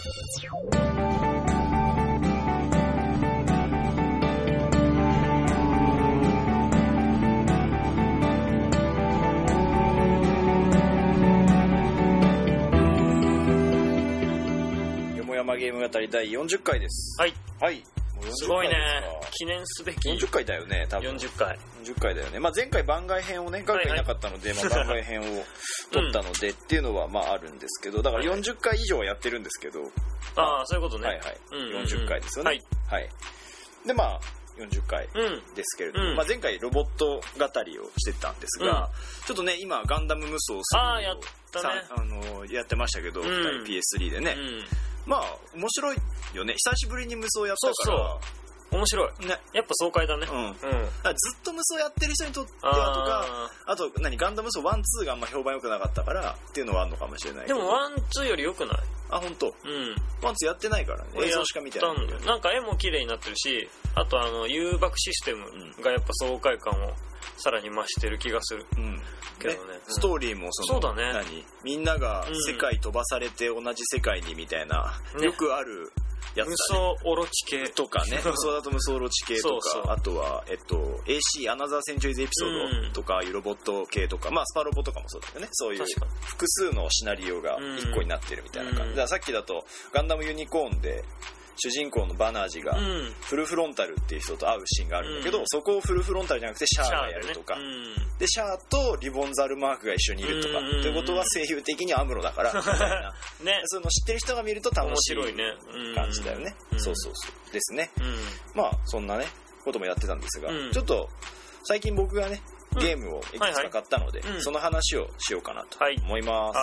ゲーム語り第40回です。 はい。 はい。 すごいね。記念すべき。 40回だよね、多分。 40回。 40回だよね。まあ前回番外編をね、ガクがいなかったので、まあ番外編を撮ったのでっていうのはまああるんですけど、だから40回以上はやってるんですけど。 ああ、そういうことね。 はいはい。40回ですよね。はい。で、まあ、40回ですけれども、まあ前回ロボット語りをしてたんですが、ちょっとね、今ガンダム無双3をやってましたけど、2人 PS3 でね。まあ面白いよね。久しぶりに無双やったから。 そう面白いね。やっぱ爽快だね。 ずっと無双やってる人にとってはとか、あとガンダム無双1、2があんま評判良くなかったからっていうのはあるのかもしれないけど。 でも1、2より良くない？ あ、本当。1、2やってないからね。映像しか見てない。 なんか絵も綺麗になってるし、あと誘爆システムがやっぱ爽快感をさらに増してる気がする。けどね。 ストーリーもそうだね。 みんなが世界飛ばされて同じ世界にみたいな、よくあるやつだね。 無双オロチ系とかね。無双だと無双オロチ系とか、あとはAC アナザーセンチュリーズエピソードとかいうロボット系とか、まあスパロボとかもそうだよね。そういう複数のシナリオが1個になってるみたいな感じ。だからさっきだとガンダムユニコーンで主人公のバナージがフルフロンタルっていう人と会うシーンがあるんだけど、そこをフルフロンタルじゃなくてシャアがやるとか、でシャアとリボンザルマークが一緒にいるとかっていうことは声優的にはアムロだからみたいなそういうの知ってる人が見ると楽しい感じだよね。そうですね。まあそんなねこともやってたんですが、ちょっと最近僕がねゲームをいくつか買ったので、その話をしようかなと思います。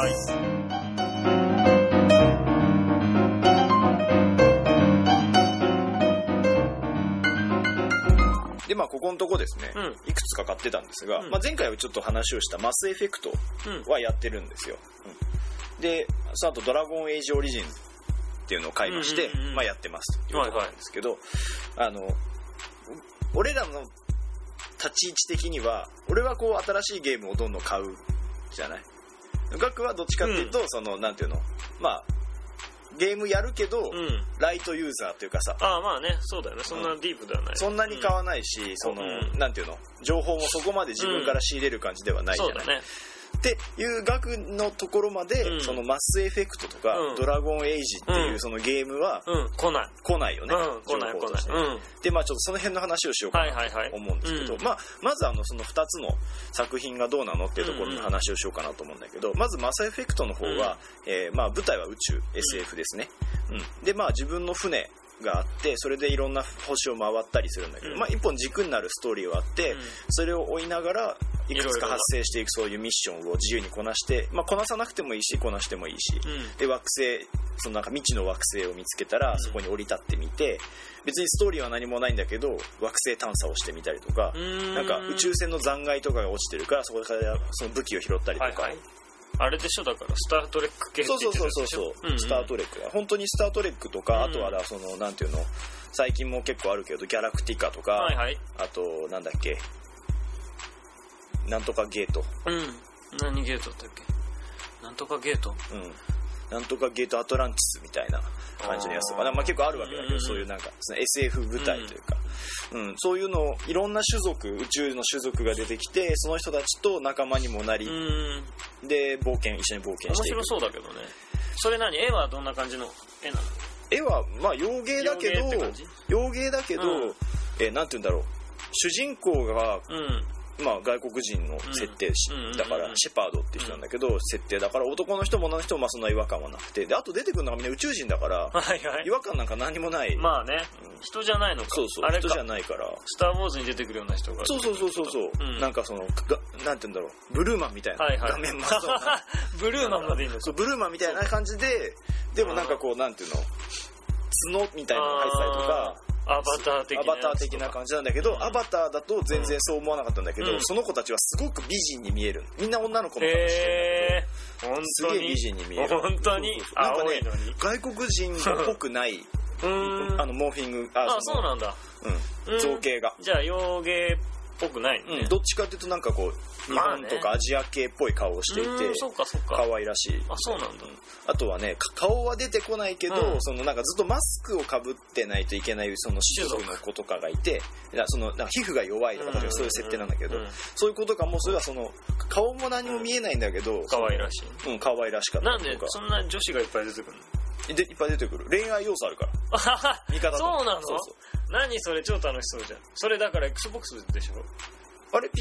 でまあここのとこですね、いくつか買ってたんですが、まあ、前回はちょっと話をしたマスエフェクトはやってるんですよ。でその後ドラゴンエイジオリジンズっていうのを買いまして、まあやってますというところなんですけど、俺らの立ち位置的には俺はこう新しいゲームをどんどん買うじゃない。ガクはどっちかっていうと、そのなんていうの、まあゲームやるけど、ライトユーザーっていうかさ、 まあね、そうだよね。そんなディープではない。 そんなに買わないし、そのなんていうの、情報もそこまで自分から仕入れる感じではないじゃない。そうだね。っていう額のところまで、そのマスエフェクトとか、ドラゴンエイジっていうそのゲームは、来ないよね。 来ない。 でまあちょっとその辺の話をしようかなと思うんですけど、まずその2つの作品がどうなのっていうところの話をしようかなと思うんだけど、まずマスエフェクトの方は、まあ舞台は宇宙 SF ですね。でまあ自分の船があってそれでいろんな星を回ったりするんだけど、まあ一本軸になるストーリーはあって、それを追いながらいくつか発生していくそういうミッションを自由にこなして、まあこなさなくてもいいしこなしてもいいし、で惑星そのなんか未知の惑星を見つけたらそこに降り立ってみて、別にストーリーは何もないんだけど惑星探査をしてみたりとか、なんか宇宙船の残骸とかが落ちてるからそこからその武器を拾ったりとか。 あれでしょ、だからスタートレック系って言ってるでしょ。 そうスタートレックは本当にスタートレックとか、あとはそのなんていうの、最近も結構あるけどギャラクティカとか、あとなんだっけ、なんとかゲート、 何ゲートだっけ、なんとかゲート、 なんとかゲートアトランティスみたいな感じのやつとか、まあ結構あるわけだけど、そういうなんかその SF 舞台というか、そういうのをいろんな種族、宇宙の種族が出てきて、その人たちと仲間にもなり、で一緒に冒険していく。 面白そうだけどね。それ絵はどんな感じの絵なの？ 絵はまあ洋芸だけど、なんて言うんだろう、主人公がまあ外国人の設定だからシェパードっていう人なんだけど、設定だから男の人も女の人もまあそんな違和感はなくて、であと出てくるのがみんな宇宙人だから違和感なんか何もない。 まあね、人じゃないのか。 あれ人じゃないから。 スターウォーズに出てくるような人が。 そうなんかそのなんて言うんだろう、ブルーマンみたいな画面真っ青なブルーマンまでいいの。 そうブルーマンみたいな感じで、でもなんかこうなんていうの、角みたいなのが入ってたりとか。 アバター的な感じなんだけど、アバターだと全然そう思わなかったんだけど、その子たちはすごく美人に見える。みんな女の子の形してるんだけど、すげえ美人に見える。 本当になんかね、外国人っぽくないモーフィング、 そうなんだ。 造形が。 じゃあ洋芸っぽくないね、 どっちかっていうとなんかこう日本とかアジア系っぽい顔をしていて、 そうかそうか、 可愛らしい。 あ、そうなんだ。 あとはね、顔は出てこないけど、そのなんかずっとマスクをかぶってないといけないその種族の子とかがいて、そのなんか皮膚が弱いとかそういう設定なんだけど、そういう子とかもそれはその顔も何も見えないんだけど、 可愛らしい。 可愛らしかったりとか。なんでそんな女子がいっぱい出てくるの？ でいっぱい出てくる。恋愛要素あるから味方と。 そうなの？何それ、超楽しそうじゃん。それだから XBOX でしょ？ あれ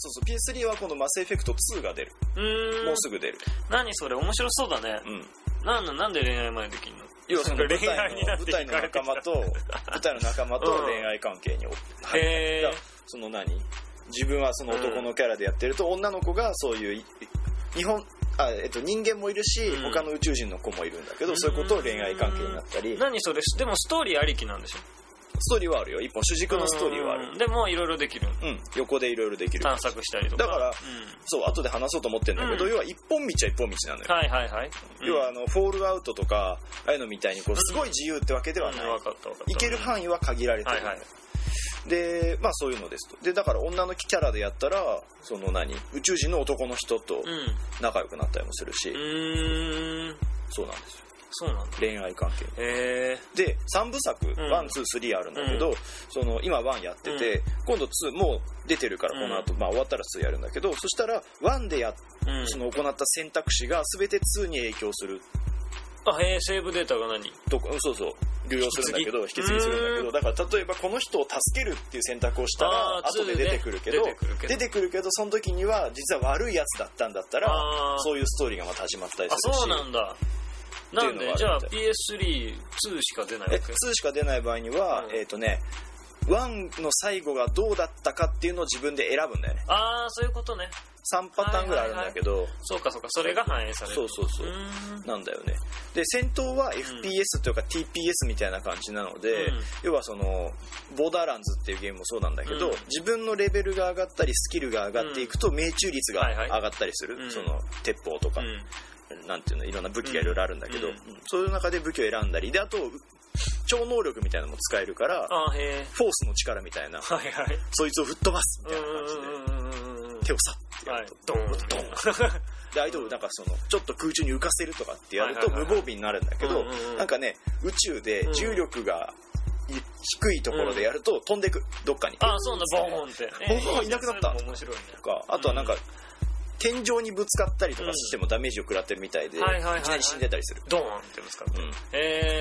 PS3 は今度マスエフェクト2が出る。もうすぐ出る。 何それ、面白そうだね。なんで恋愛までできんの？ 要はその舞台の仲間と恋愛関係に入る。その自分はその男のキャラでやってると、女の子がそういう人間もいるし、他の宇宙人の子もいるんだけど、そういうことを恋愛関係になったり。 何それ、でもストーリーありきなんでしょ？ ストーリーはあるよ。一本主軸のストーリーはある。 でもいろいろできる。 横でいろいろできる。 探索したりとか。 だから、そう後で話そうと思ってんだけど、要は一本道は一本道なのよ。 はいはいはい。 要はフォールアウトとかああいうのみたいにこうすごい自由ってわけではない。 分かった。 行ける範囲は限られてる。でまあそういうのですと。でだから女のキャラでやったらその宇宙人の男の人と仲良くなったりもするし。そうなんですよ。そうなんだ。恋愛関係。で3部作、1、2、3あるんだけど、その今1やってて、今度2もう出てるからこの後、終わったら2やるんだけど、そしたら1でその行った選択肢が全て2に影響する。 セーブデータがそう流用するんだけど、引き継ぎするんだけど、だから例えばこの人を助けるっていう選択をしたら後で出てくるけどその時には実は悪いやつだったんだったらそういうストーリーがまた始まったりするし。 そうなんだ。なんでじゃあ PS3、2しか出ないわけ ？2しか出ない場合には、1の最後がどうだったかっていうのを自分で選ぶんだよね。 そういうことね。 3パターンぐらいあるんだけど、 そうかそれが反映される。 そうなんだよね。で戦闘は FPS というか TPS みたいな感じなので、要はそのボーダーランズっていうゲームもそうなんだけど、自分のレベルが上がったりスキルが上がっていくと命中率が上がったりする。その鉄砲とか、なんていうの、いろんな武器がいろいろあるんだけど、そういう中で武器を選んだりで、あと超能力みたいなのも使えるから、フォースの力みたいな、そいつを吹っ飛ばすみたいな感じで手をサッてやるとドンドンで相手をなんかそのちょっと空中に浮かせるとかってやると無防備になるんだけど、なんかね宇宙で重力が低いところでやると飛んでくどっかに。 そうなんだ。ボーンっていなくなった面白いね。 とか、あとはなんか天井にぶつかったりとかしてもダメージを食らってるみたいで、いきなり死んでたりする。 ドーンってぶつかって。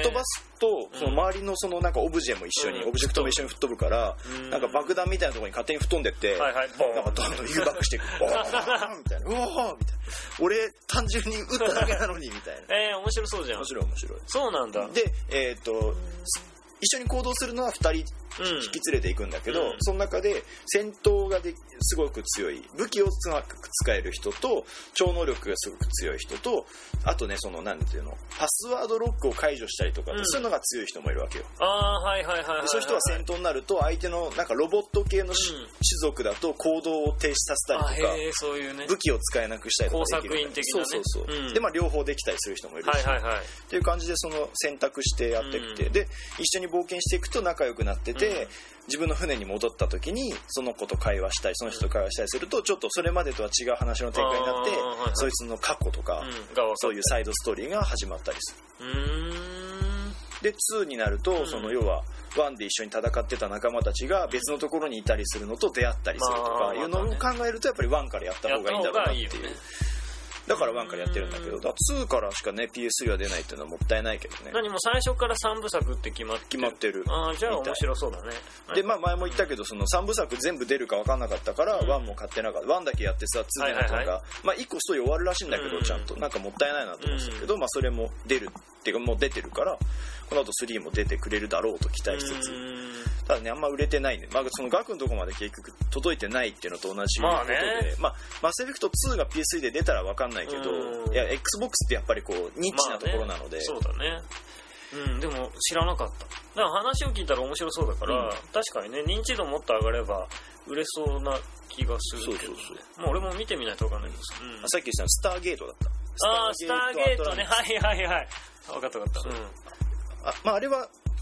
飛ばすとその周りのそのなんかオブジェも一緒に、オブジェクトも一緒に吹っ飛ぶから、なんか爆弾みたいなところに勝手に吹っ飛んでって、なんかどんどん誘爆していく。ボーンみたいな。うわーみたいな。俺単純に撃っただけなのにみたいな。 面白そうじゃん。 面白い。 そうなんだ。 で一緒に行動するのは2人引き連れていくんだけど、その中で戦闘がすごく強い武器を使える人と超能力がすごく強い人と、あとねそのなんていうのパスワードロックを解除したりとか、そういうのが強い人もいるわけよ。そういう人は戦闘になると相手のなんかロボット系の種族だと行動を停止させたりとか、 そういうね、 武器を使えなくしたりとかできる。 工作員的なね。 そうで両方できたりする人もいるし、っていう感じでその選択してやってきて、で一緒に冒険していくと仲良くなってて、自分の船に戻った時にその子と会話したりその人と会話したりするとちょっとそれまでとは違う話の展開になって、そいつの過去とか、そういうサイドストーリーが始まったりする。で2になると、その要は1で一緒に戦ってた仲間たちが別のところにいたりするのと出会ったりするとかいうのを考えるとやっぱり1からやった方がいいんだろうなっていう。だから1からやってるんだけど、2からしかね PS3 は出ないっていうのはもったいないけどね。 何も最初から3部作って決まってる。じゃあ面白そうだね。 で前も言ったけどその3部作全部出るか分かんなかったから1も買ってなかった。1だけやってさ2でなんか1個ストーリー終わるらしいんだけど、ちゃんとなんかもったいないなと思ってたけど、それも出るっていうかもう出てるからこの後3も出てくれるだろうと期待しつつ、ただねあんま売れてないね。そのガクのとこまで結局届いてないっていうのと同じことで、マスエフェクト2が PS3 で出たら分かんないけど、いや XBOX ってやっぱりこうニッチなところなので、 そうだね。でも知らなかった。だから話を聞いたら面白そうだから、確かにね認知度もっと上がれば売れそうな気がするけど、もう俺も見てみないと分かんないです。 さっき言ったスターゲートだった。 スターゲートね。はい。分かった。 あれは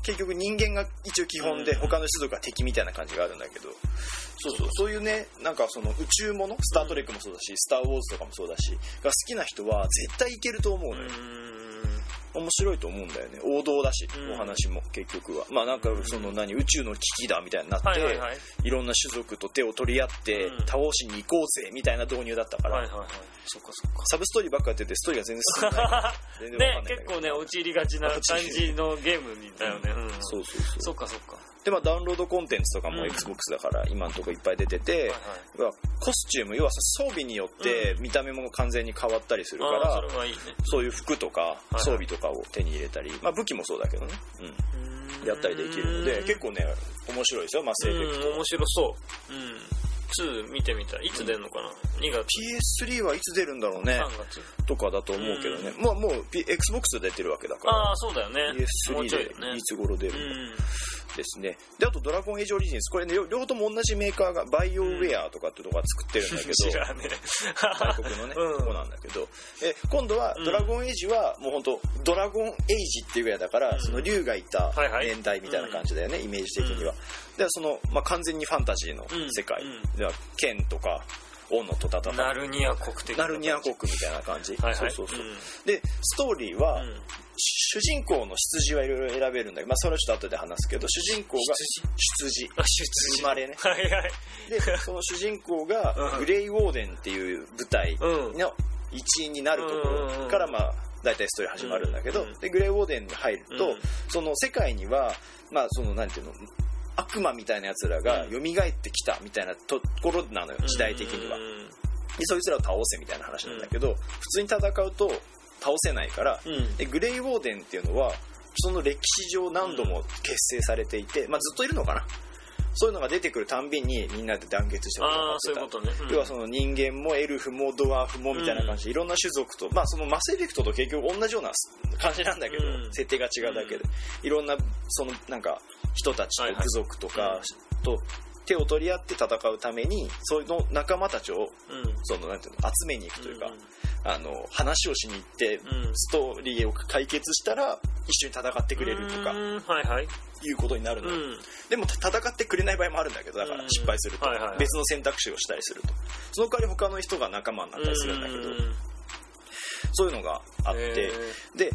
結局人間が一応基本で、他の種族が敵みたいな感じがあるんだけど、そういうね、なんかその宇宙もの、スタートレックもそうだし、スターウォーズとかもそうだしが好きな人は絶対いけると思うのよ。面白いと思うんだよね。王道だし、お話も結局はまあなんかその宇宙の危機だみたいになって、いろんな種族と手を取り合って倒しに行こうぜみたいな導入だったから、 そっかそっか。 サブストーリーばっかやっててストーリーが全然進んでない全然わかんないね、結構ね陥りがちな感じのゲームみたいよね。 そうそっかそっか。 でダウンロードコンテンツとかも Xbox だから今のところいっぱい出てて、コスチューム、要は装備によって見た目も完全に変わったりするから、そういう服とか装備とかを手に入れたり、武器もそうだけどね、やったりできるので結構ね面白いですよ。マスエフェクト面白そう。 2見てみたい。いつ出るのかな。2月。 PS3 はいつ出るんだろうね。 3月とかだと思うけどね。もう Xbox で出てるわけだから。 そうだよね。 PS3 でいつ頃出るのですね。であとドラゴンエイジオリジンス、これね両方とも同じメーカーがバイオウェアとかってとこが作ってるんだけど、 知らね外国のねとこなんだけど、今度はドラゴンエイジはもう本当ドラゴンエイジっていうぐらいだから、その竜がいた年代みたいな感じだよね、イメージ的には。でその完全にファンタジーの世界では剣とか斧と戦うナルニア国的なナルニア国みたいな感じ。そうでストーリーは主人公の出自はいろいろ選べるんだけど、それはちょっと後で話すけど、主人公が出自生まれね。でその主人公がグレイウォーデンっていう部隊の一員になるところからだいたいストーリー始まるんだけど、でグレイウォーデンに入ると、その世界にはそのなんていうの、悪魔みたいなやつらが蘇ってきたみたいなところなのよ、時代的には。でそいつらを倒せみたいな話なんだけど、普通に戦うと倒せないから、でグレイウォーデンっていうのはその歴史上何度も結成されていて、ずっといるのかな。そういうのが出てくるたんびにみんなで団結して戦ってた。要はその人間もエルフもドワーフもみたいな感じでいろんな種族と、そのマスエフェクトと結局同じような感じなんだけど、設定が違うだけでいろんなそのなんか人たちと部族とかと手を取り合って戦うために、その仲間たちをそのなんていうの集めに行くというか、話をしに行ってストーリーを解決したら一緒に戦ってくれるとかいうことになるの。でも戦ってくれない場合もあるんだけど、だから失敗すると別の選択肢をしたりすると、その代わり他の人が仲間になったりするんだけど、そういうのがあって、で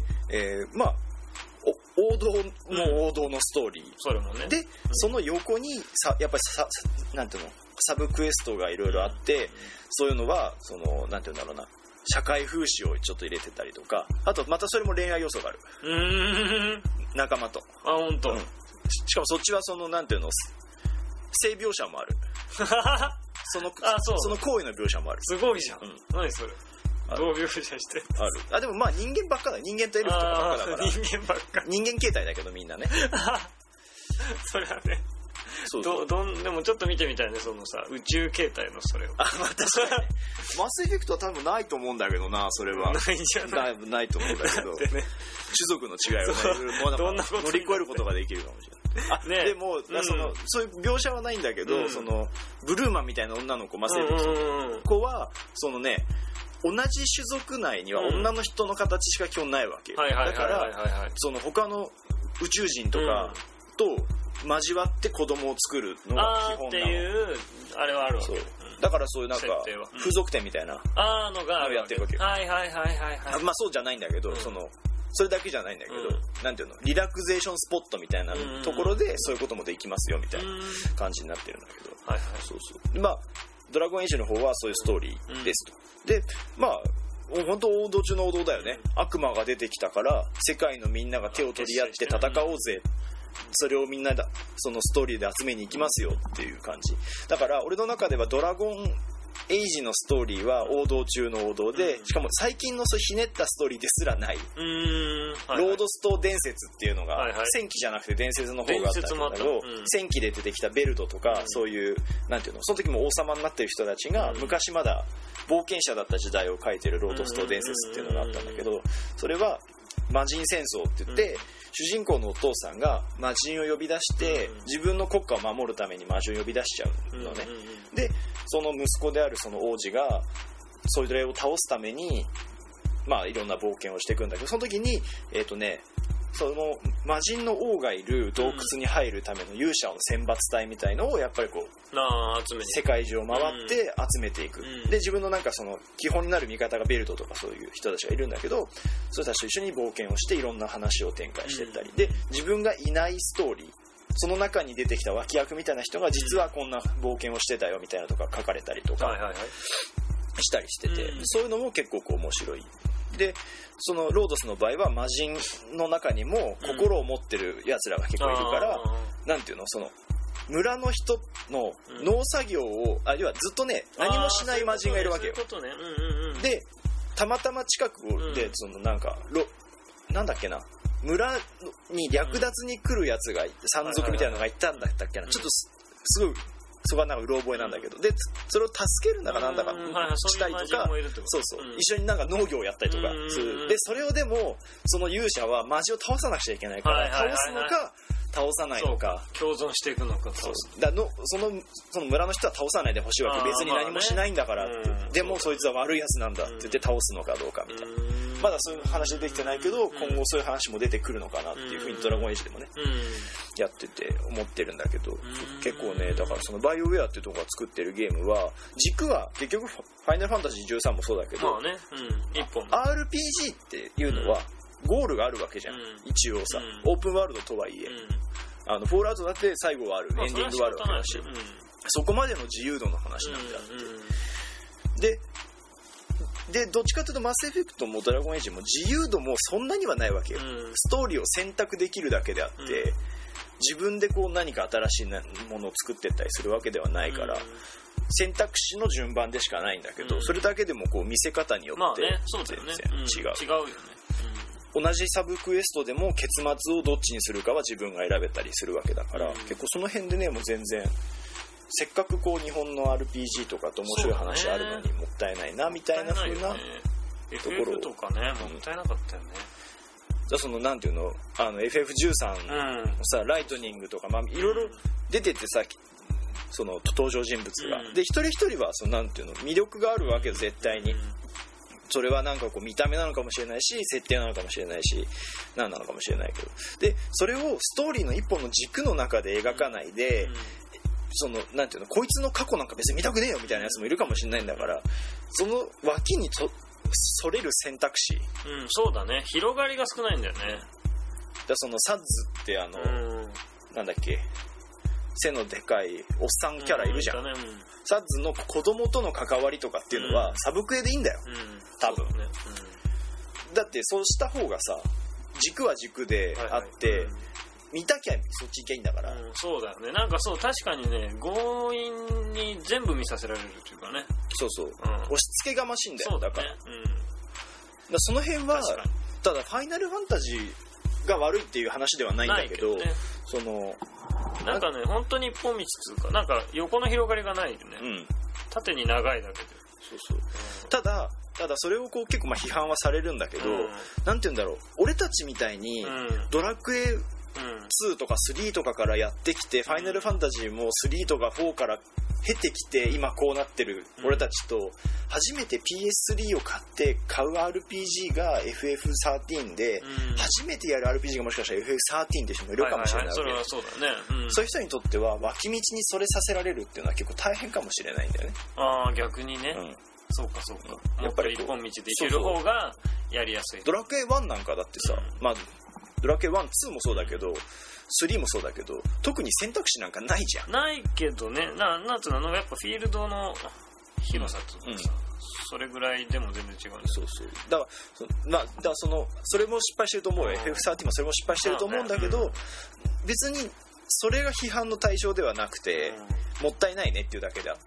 王道の王道のストーリーで、その横にやっぱりなんていうの、サブクエストがいろいろあって、そういうのはそのなんていうんだろうな、社会風刺をちょっと入れてたりとか、あとまたそれも恋愛要素がある。仲間と。 本当。 しかもそっちはそのなんていうの、性描写もある。その行為の描写もある。 すごいじゃん。何それ。どう描写してある。でも人間ばっかだ。人間とエルフとかばっかだから。 人間ばっか。 人間形態だけどみんなね。 それはね。でもちょっと見てみたいね、そのさ宇宙形態のそれを。 確かにマスエフェクトは多分ないと思うんだけどな、それは。 ないんじゃない。 ないと思うんだけど、種族の違いをね乗り越えることができるかもしれない。でもそういう描写はないんだけど、そのブルーマンみたいな女の子、マスエフェクトの子はそのね、同じ種族内には女の人の形しか基本ないわけよ。だからその他の宇宙人とかと交わって子供を作るのが基本なのっていうあれはあるわけ。だからそういうなんか風俗店みたいなのがやってるわけよ。そうじゃないんだけど、それだけじゃないんだけど、なんていうの、リラクゼーションスポットみたいなところでそういうこともできますよみたいな感じになってるんだけど、ドラゴンエイジの方はそういうストーリーですと。で本当王道中の王道だよね。悪魔が出てきたから世界のみんなが手を取り合って戦おうぜ、それをみんなそのストーリーで集めに行きますよっていう感じだから、俺の中ではドラゴンエイジのストーリーは王道中の王道で、しかも最近のそうひねったストーリーですらない。ロードスト伝説っていうのが、戦記じゃなくて伝説の方があったんだけど、戦記で出てきたベルドとか、そういうなんていうの、その時も王様になってる人たちが昔まだ冒険者だった時代を書いてるロードスト伝説っていうのがあったんだけど、それは魔人戦争って言って、主人公のお父さんが魔人を呼び出して自分の国家を守るために魔人を呼び出しちゃうのね。でその息子であるその王子がそれを倒すためにいろんな冒険をしていくんだけど、その時にその魔人の王がいる洞窟に入るための勇者の選抜隊みたいのをやっぱりこう集めて世界中を回って集めていく、で自分のなんかその基本になる味方がベルトとかそういう人たちがいるんだけど、それたちと一緒に冒険をしていろんな話を展開していったり、で自分がいないストーリー、その中に出てきた脇役みたいな人が実はこんな冒険をしてたよみたいなとか書かれたりとかしたりしてて、そういうのも結構こう面白い。でそのロードスの場合は魔人の中にも心を持ってるやつらが結構いるから、なんていうの、その村の人の農作業を要はずっとね何もしない魔人がいるわけよ。でたまたま近くでそのなんかなんだっけな、村に略奪に来るやつが山賊みたいなのがいたんだったっけな、ちょっとすごいそこはなんかうろ覚えなんだけど、でそれを助けるんだかなんだかしたりとか、そうそう、一緒になんか農業をやったりとかする。でそれをでもその勇者は魔人を倒さなくちゃいけないから、倒すのか倒さないのか、 共存していくのか、 その村の人は倒さないでほしいわけ、別に何もしないんだからって、でもそいつは悪いやつなんだって言って倒すのかどうかみたいな。まだそういう話できてないけど、今後そういう話も出てくるのかなっていうふうにドラゴンエイジでもねやってて思ってるんだけど、結構ね、だからそのバイオウェアっていうところが作ってるゲームは軸は結局ファイナルファンタジー13もそうだけど、 一本 RPG っていうのはゴールがあるわけじゃん、一応さ、オープンワールドとはいえ、フォールアウトだって最後はある、エンディングはあるわけだし、そこまでの自由度の話なんであって、でどっちかというとマスエフェクトもドラゴンエイジも自由度もそんなにはないわけよ、ストーリーを選択できるだけであって、自分でこう何か新しいものを作っていったりするわけではないから、選択肢の順番でしかないんだけど、それだけでもこう見せ方によって全然違うよね。同じサブクエストでも結末をどっちにするかは自分が選べたりするわけだから、結構その辺でねもう全然せっかくこう日本の RPG とかと面白い話あるのにもったいないなみたいな風なところを、 FF とかねもったいなかったよね。 そのなんていうの、FF13 のさ、ライトニングとかいろいろ出ててさ、その登場人物が、で一人一人はそのなんていうの魅力があるわけよ絶対に。それはなんかこう見た目なのかもしれないし、設定なのかもしれないし、何なのかもしれないけど、でそれをストーリーの一本の軸の中で描かないで、そのなんていうの、こいつの過去なんか別に見たくねえよみたいなやつもいるかもしれないんだから、その脇にそれる選択肢、 そうだね、広がりが少ないんだよね。 だそのサッズってなんだっけ、背のでかいおっさんキャラいるじゃん、サッズの子供との関わりとかっていうのはサブクエでいいんだよ、多分、だってそうした方がさ軸は軸であって、見たきゃそっち行きゃいいんだから、 そうだよね。なんかそう、確かにね強引に全部見させられるっていうかね、 そうそう、押し付けがましいんだよ。だから、その辺はただファイナルファンタジーが悪いっていう話ではないんだけど、そのなんかね本当に一本道っていうか、なんか横の広がりがないよね、縦に長いだけで。 そうただそれをこう結構批判はされるんだけど、なんて言うんだろう、俺たちみたいにドラクエ2とか3とかからやってきて、ファイナルファンタジーも3とか4から経てきて今こうなってる俺たちと、初めて PS3 を買う RPG が FF13 で、初めてやる RPG がもしかしたら FF13 って人もいるかもしれないわけで、そういう人にとっては脇道にそれさせられるっていうのは結構大変かもしれないんだよね。 逆にね、そうかやっぱり一本道で行ける方がやりやすい。 ドラクエ1なんかだってさ、ドラクエ1、2もそうだけど3もそうだけど、特に選択肢なんかないじゃん。 ないけどね、なんつうの、やっぱフィールドの広さとかさ、それぐらいでも全然違うんですよ。 だからそれも失敗してると思うよ、FF13 もそれも失敗してると思うんだけど、別にそれが批判の対象ではなくて、もったいないねっていうだけであって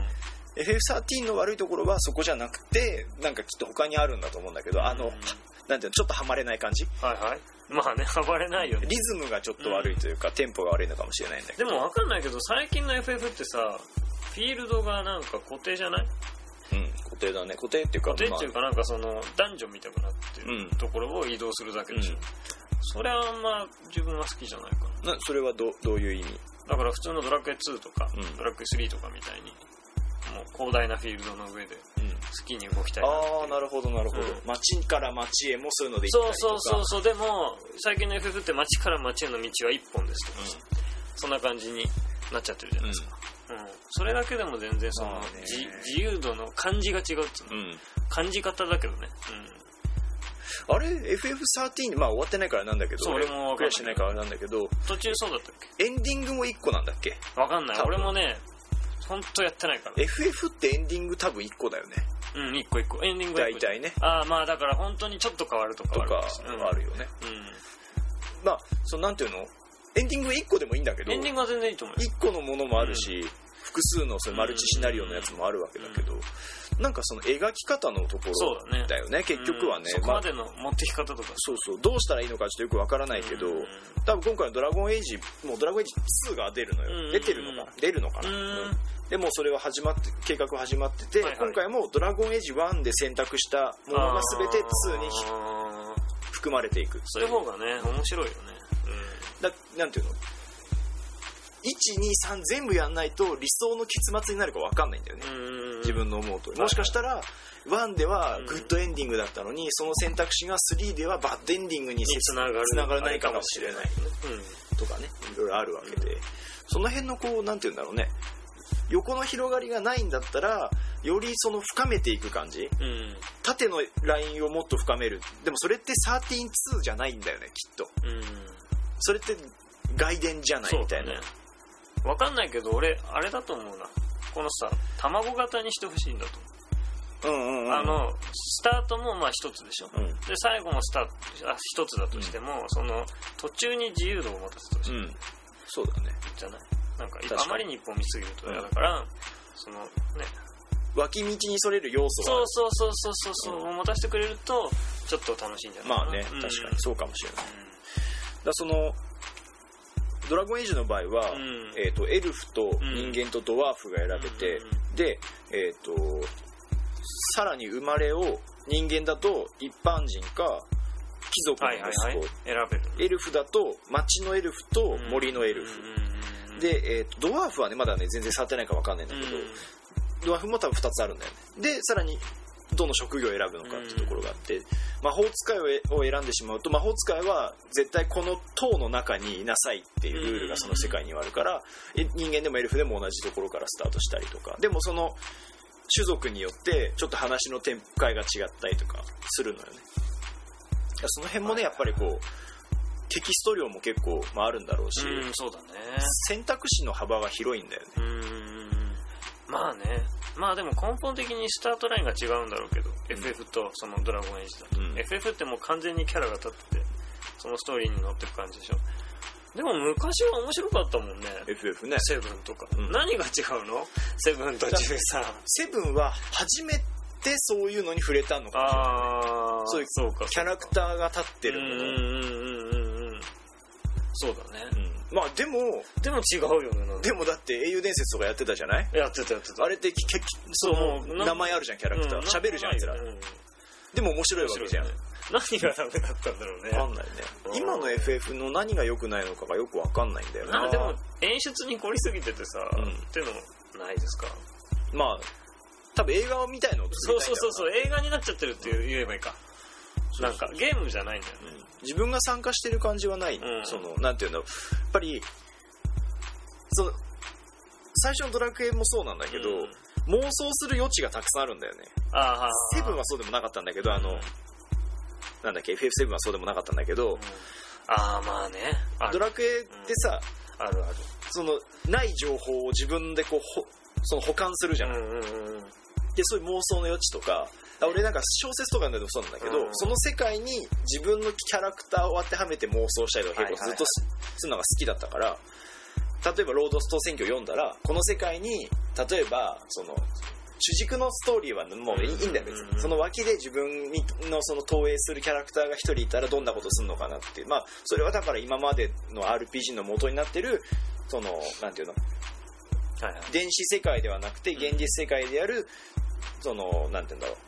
、FF13 の悪いところはそこじゃなくて、なんかきっと他にあるんだと思うんだけど、なんていうの、ちょっとハマれない感じ、 まあね、ハマれないよね。 リズムがちょっと悪いというか、テンポが悪いのかもしれないんだけど。 でも分かんないけど、最近の FF ってさ、フィールドがなんか固定じゃない？ 固定だね。固定っていうか、 なんかそのダンジョンみたくなってるところを移動するだけでしょ。それはあんま自分は好きじゃないかな。 それはどういう意味？ だから普通のドラクエ2とか、ドラクエ3とかみたいに、もう広大なフィールドの上で好きに動きたいなっていう。 ああ、なるほどなるほど、街から街へもそういうので行ったりとか。 そうでも最近の FF って街から街への道は一本ですとか、そんな感じになっちゃってるじゃないですか、それだけでも全然その、自由度の感じが違うっていうの、感じ方だけどね、 あれ FF13 まあ終わってないからなんだけど、 俺もクリアしてないからなんだけど、 途中そうだったっけ？ エンディングも1個なんだっけ？ わかんない。俺もねほんとやってないから。 FF ってエンディング多分1個だよね。 1個エンディングは1個大体ね。 まあだから本当にちょっと変わるとかはあるよね。まあなんていうの、エンディング1個でもいいんだけど、 エンディングは全然いいと思う。 1個のものもあるし、複数のそのマルチシナリオのやつもあるわけだけど、なんかその描き方のところだよね、結局はね。 そこまでの持ってき方とか、 どうしたらいいのかちょっとよくわからないけど、多分今回のドラゴンエイジもうドラゴンエイジ2が出るのよ。出るのかな。でもそれは計画始まってて、今回もドラゴンエイジ1で選択したものが全て2に含まれていく。 そういう方がね面白いよね。 なんていうの、1,2,3 全部やんないと理想の結末になるか分かんないんだよね、自分の思うと。もしかしたら1ではグッドエンディングだったのに、その選択肢が3ではバッドエンディングにつながらないかもしれないとかね、いろいろあるわけで、その辺のなんていうんだろうね、横の広がりがないんだったらよりその深めていく感じ、縦のラインをもっと深める。でもそれって13-2じゃないんだよね、きっと。それって外伝じゃないみたいな。 わかんないけど俺あれだと思うな、このさ卵型にしてほしいんだと思う。スタートもまあ一つでしょ、で最後も一つだとしても、その途中に自由度を持たせてほしい、 そうだね。 じゃない、なんかあまりに一本見すぎると嫌だから、そのね脇道にそれる要素がそう持たせてくれるとちょっと楽しいんじゃないかな。 まあね、確かにそうかもしれない。だそのドラゴンエイジの場合は、エルフと人間とドワーフが選べて、で、さらに生まれを人間だと一般人か貴族の息子、 選べる。 エルフだと町のエルフと森のエルフ、で、ドワーフはねまだね全然触ってないか分かんないんだけど、ドワーフも多分2つあるんだよね。でさらにどの職業を選ぶのかっていうところがあって、魔法使いを選んでしまうと、魔法使いは絶対この塔の中にいなさいっていうルールがその世界にはあるから、人間でもエルフでも同じところからスタートしたりとか、でもその種族によってちょっと話の展開が違ったりとかするのよね。その辺もねやっぱりテキスト量も結構、あるんだろうし、 そうだね、 選択肢の幅が広いんだよね。 まあね、まあでも根本的にスタートラインが違うんだろうけど、FF とそのドラゴンエイジだと、FF ってもう完全にキャラが立っててそのストーリーに乗ってる感じでしょ。でも昔は面白かったもんね、 FF ね。セブンとか、何が違うの？セブンと13。 セブンは初めてそういうのに触れたのかもしれない。そういうキャラクターが立ってるもの。 そうだね。 まあでも違うよね。 でもだって英雄伝説とかやってたじゃない？ やってた。 あれって名前あるじゃん、キャラクター。喋るじゃん、あいつら。でも面白いわけじゃん。 何がダメだったんだろうね。 わかんないね。今の FF の何が良くないのかがよくわかんないんだよな。 でも演出に凝りすぎててさ、ってのないですか？ まあ多分映画みたいのを作りたいんだろうな。 そう映画になっちゃってるって言えばいいか。なんかゲームじゃないんだよね。 自分が参加してる感じはない、そのなんていうの、やっぱりその最初のドラクエもそうなんだけど、妄想する余地がたくさんあるんだよね。セブンはそうでもなかったんだけど、なんだっけ FF7 はそうでもなかったんだけど、 まあね、 ドラクエってさ、 あるそのない情報を自分でその保管するじゃん。でそういう妄想の余地とか、俺なんか小説とかでもそうなんだけど、その世界に自分のキャラクターを当てはめて妄想したりとか結構ずっとするのが好きだったから、例えばロードスト選挙を読んだら、この世界に例えばその主軸のストーリーはもういいんだよ別に。その脇で自分のその投影するキャラクターが一人いたらどんなことするのかなっていう、まあそれはだから今までの RPG の元になってるそのなんていうの、電子世界ではなくて現実世界でやるそのなんていうんだろう、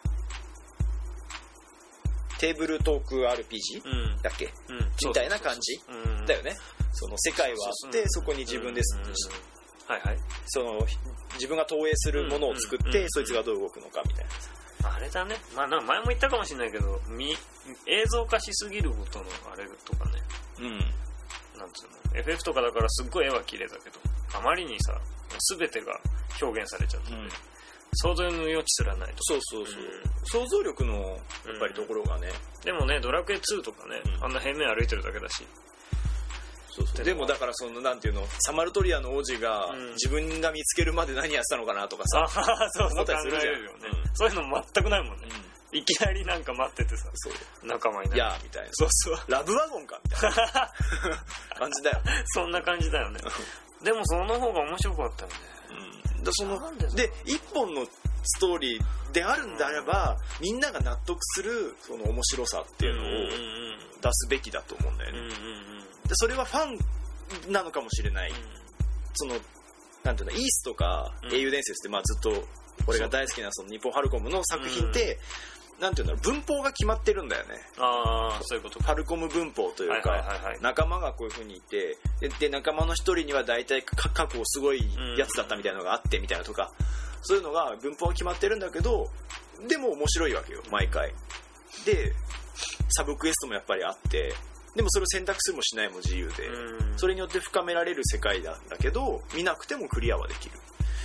テーブルトーク RPG だっけ、みたいな感じだよね。その世界はあって、そこに自分でその自分が投影するものを作って、そいつがどう動くのかみたいな。あれだね。まあなんか前も言ったかもしれないけど、映像化しすぎることのあれとかね。なんつうの。FF とかだからすっごい絵は綺麗だけど、あまりにさ、全てが表現されちゃって、想像の余地すらないと。 そう、想像力のやっぱりところがね。 でもね、ドラクエ2とかね、あんな平面歩いてるだけだし。 でもだからそのなんていうの、サマルトリアの王子が自分が見つけるまで何やってたのかなとかさ、 そう思ったりするじゃん。 そういうの全くないもんね。いきなりなんか待っててさ、仲間になる。 いやみたいな。ラブワゴンかみたいな感じだよ。 そんな感じだよね。でもその方が面白かったよね。 で一本のストーリーであるんであれば、みんなが納得するその面白さっていうのを出すべきだと思うんだよね。でそれはファンなのかもしれない。そのなんていうの、イースとか英雄伝説って、まあずっと俺が大好きなその日本ハルコムの作品って、なんていうんだろう、文法が決まってるんだよね。 そういうこと。 ハルコム文法というか、仲間がこういう風にいて、で仲間の一人には大体過去すごいやつだったみたいなのがあってみたいなとか、そういうのが文法が決まってるんだけど、でも面白いわけよ毎回。でサブクエストもやっぱりあって、でもそれを選択するもしないも自由で、それによって深められる世界なんだけど、見なくてもクリアはできる。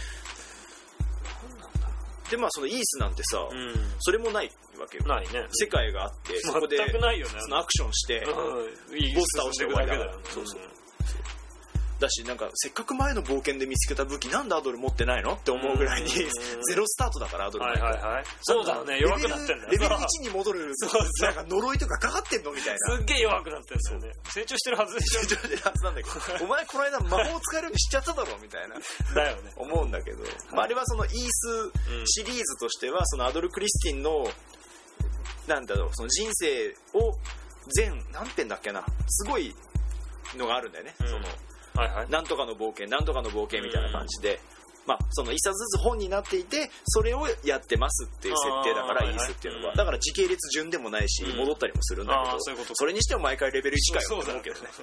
でまあそのイースなんてさ、それもないわけよ。 ないね。 世界があってそこで全くないよね。 そのアクションしてボス倒して終わりだから。そうだし、なんかせっかく前の冒険で見つけた武器なんでアドル持ってないのって思うぐらいにゼロスタートだからアドル。 そうだね、弱くなってんだよ。 レベル1に戻るなんか呪いとかかかってんのみたいな。 すっげえ弱くなってんだよね。成長してるはずでしょ。 成長してるはずなんだけど、お前この間魔法使えるようにしちゃっただろみたいなだよね、 思うんだけど、あれはそのイースシリーズとしてはそのアドル・クリスティンのなんだろう、その人生を何点だっけな、すごいのがあるんだよね。そのなんとかの冒険なんとかの冒険みたいな感じで、まあその一冊ずつ本になっていて、それをやってますっていう設定だからイースっていうのは、だから時系列順でもないし戻ったりもするんだけど、それにしても毎回レベル1かよって思うけどね。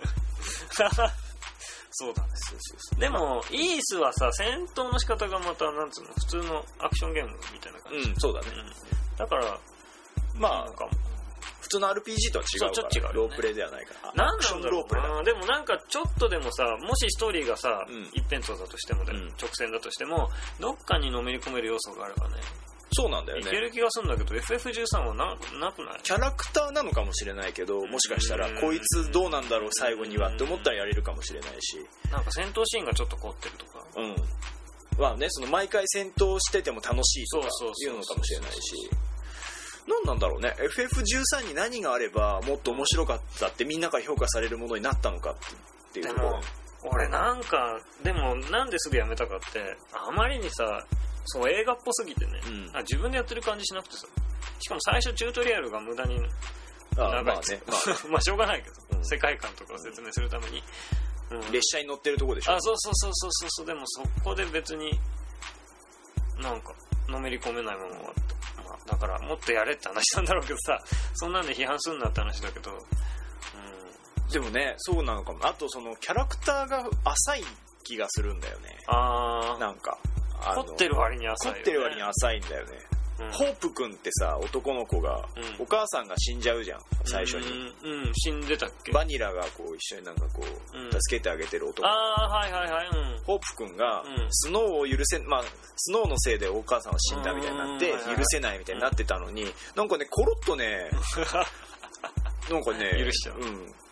そうだね。でもイースはさ、戦闘の仕方がまたなんつうの、普通のアクションゲームみたいな感じ。 そうだね。 だからまあ普通の RPG とは違うから、ロープレイではないから。 なんなんだろうな。でもなんかちょっとでもさ、もしストーリーがさ、一辺倒だとしても、直線だとしても、どっかにのめり込める要素があればね。 そうなんだよね。 いける気がするんだけど、FF13 はなくない？ キャラクターなのかもしれないけど、もしかしたらこいつどうなんだろう最後にはって思ったらやれるかもしれないし。 なんか戦闘シーンがちょっと凝ってるとか。 まあね、その毎回戦闘してても楽しいとかいうのかもしれないし。何なんだろうね。 FF13 に何があればもっと面白かったってみんなから評価されるものになったのかっていうところ。 俺なんかでもなんですぐやめたかって、あまりにさ、そう映画っぽすぎてね、自分でやってる感じしなくてさ、しかも最初チュートリアルが無駄に長い。まあしょうがないけど、世界観とかを説明するために、 列車に乗ってるとこでしょ。 そう。でもそこで別になんかのめり込めないまま終わった。だからもっとやれって話なんだろうけどさ、そんなんで批判すんなって話だけど、 でもね、そうなのかも。あとそのキャラクターが浅い気がするんだよね。なんか凝ってる割に浅いよね。 凝ってる割に浅いんだよね。ホープくんってさ、男の子が、お母さんが死んじゃうじゃん最初に。 死んでたっけ？ バニラがこう一緒になんかこう助けてあげてる男。ホープくんがスノーを許せ、まあスノーのせいでお母さんは死んだみたいになって許せないみたいになってたのに、なんかねコロッとねなんかね許しちゃう。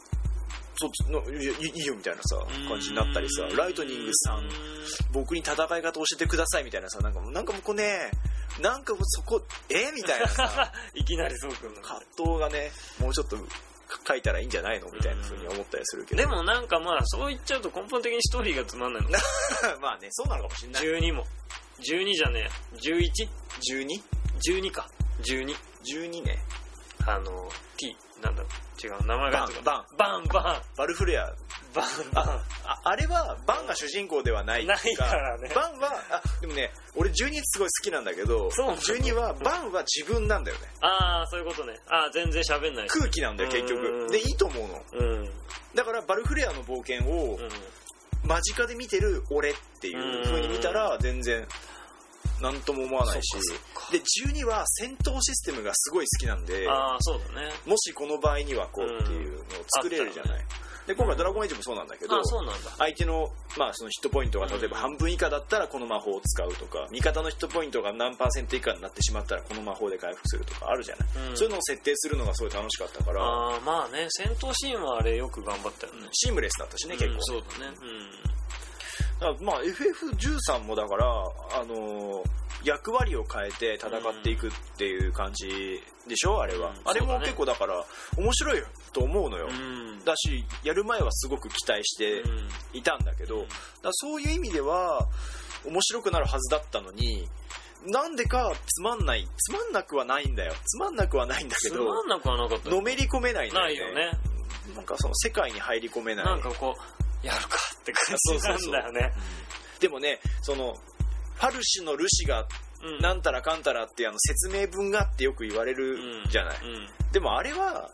いいよみたいなさ感じになったりさ、ライトニングさん僕に戦い方教えてくださいみたいなさ、なんかもうこうね、なんかもうそこみたいなさいきなりそうくんの葛藤がね、もうちょっと書いたらいいんじゃないのみたいな風に思ったりするけど、 でもなんかまあそう言っちゃうと根本的にストーリーがつまんないのまあね、そうなのかもしれない。 12も12じゃねえ 11?12 か12 ね。 T なんだろう、違う名前がバンバルフレアバンあれはバンが主人公ではないからね。 バンはでもね、俺12すごい好きなんだけど、12はバンは自分なんだよね。 そういうことね。全然喋んない空気なんだよ結局で、いいと思うの。だからバルフレアの冒険を間近で見てる俺っていう風に見たら全然なんとも思わないし、で12は戦闘システムがすごい好きなんで、 そうだね、 もしこの場合にはこうっていうのを作れるじゃない、で今回ドラゴンエイジもそうなんだけど、 そうなんだ、 相手の、そのヒットポイントが例えば半分以下だったらこの魔法を使うとか、味方のヒットポイントが何%以下になってしまったらこの魔法で回復するとかあるじゃない、そういうのを設定するのがすごい楽しかったから、 まあね、戦闘シーンはあれよく頑張ったよね、 シームレスだったしね、結構、 そうだね、 だからFF13 もだから役割を変えて戦っていくっていう感じでしょ、あれは、あれも結構だから面白いと思うのよ、だしやる前はすごく期待していたんだけど、だそういう意味では面白くなるはずだったのに、なんでかつまんなくはないんだけど、つまんなくはなかった、のめり込めないんだよね、 ないよね、 なんかその世界に入り込めない、 なんかこうやるかって感じなんだよね。 でもね、そのファルシュのルシがなんたらかんたらっていう説明文がってよく言われるじゃない、でもあれは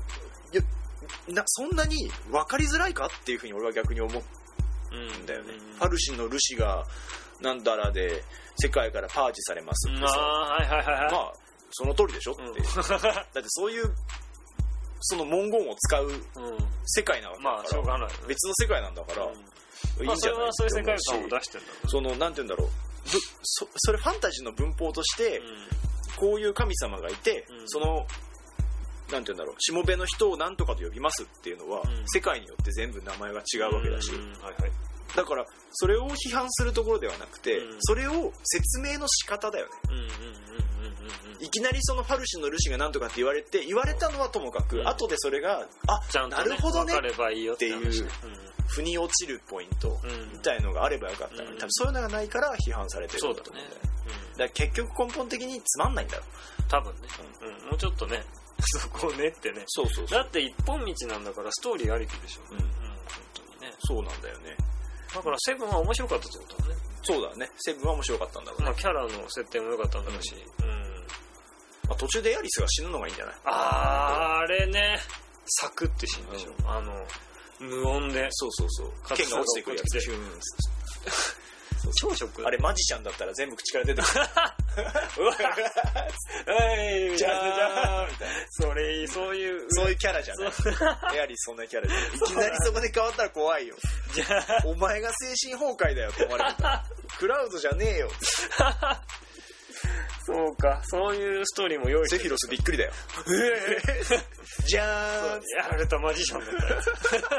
そんなに分かりづらいかっていうふうに俺は逆に思うんだよね、ファルシュのルシがなんだらで世界からパージされますってさ、まあその通りでしょって、だってそういうその文言を使う世界なわけだから、 しょうがない、 別の世界なんだから、いいんじゃない、 そういう世界観を出してるんだ、 そのなんて言うんだろう、それファンタジーの文法として、こういう神様がいて、そのなんて言うんだろう、しもべの人を何とかと呼びますっていうのは、世界によって全部名前が違うわけだし、だからそれを批判するところではなくて、それを説明の仕方だよね、いきなりそのファルシュのルシが何とかって言われたのはともかく、後でそれがなるほどねっていう腑に落ちるポイントみたいのがあればよかったのに、多分そういうのがないから批判されてるんだと思うんだよね。だから結局根本的につまんないんだろう、 多分ね、もうちょっとねそこをねってね、だって一本道なんだからストーリーありきでしょ、本当にね、そうなんだよね。だからセブンは面白かったってことだね。 そうだね、セブンは面白かったんだろうね、 キャラの設定も良かったんだろうし、 途中でエアリスが死ぬのがいいんじゃない？ あれね、サクって死ぬでしょ、無音で、 剣が落ちてくるやつ、 超ショック。 あれマジシャンだったら全部口から出てくるうわはいじゃーみたいな、そういうキャラじゃないエアリスそんなキャラじゃない、いきなりそこで変わったら怖いよお前が精神崩壊だよって思われたクラウドじゃねえよそうか、そういうストーリーも用意してセフィロスびっくりだよじゃーん、 やられたマジシャンだったやつ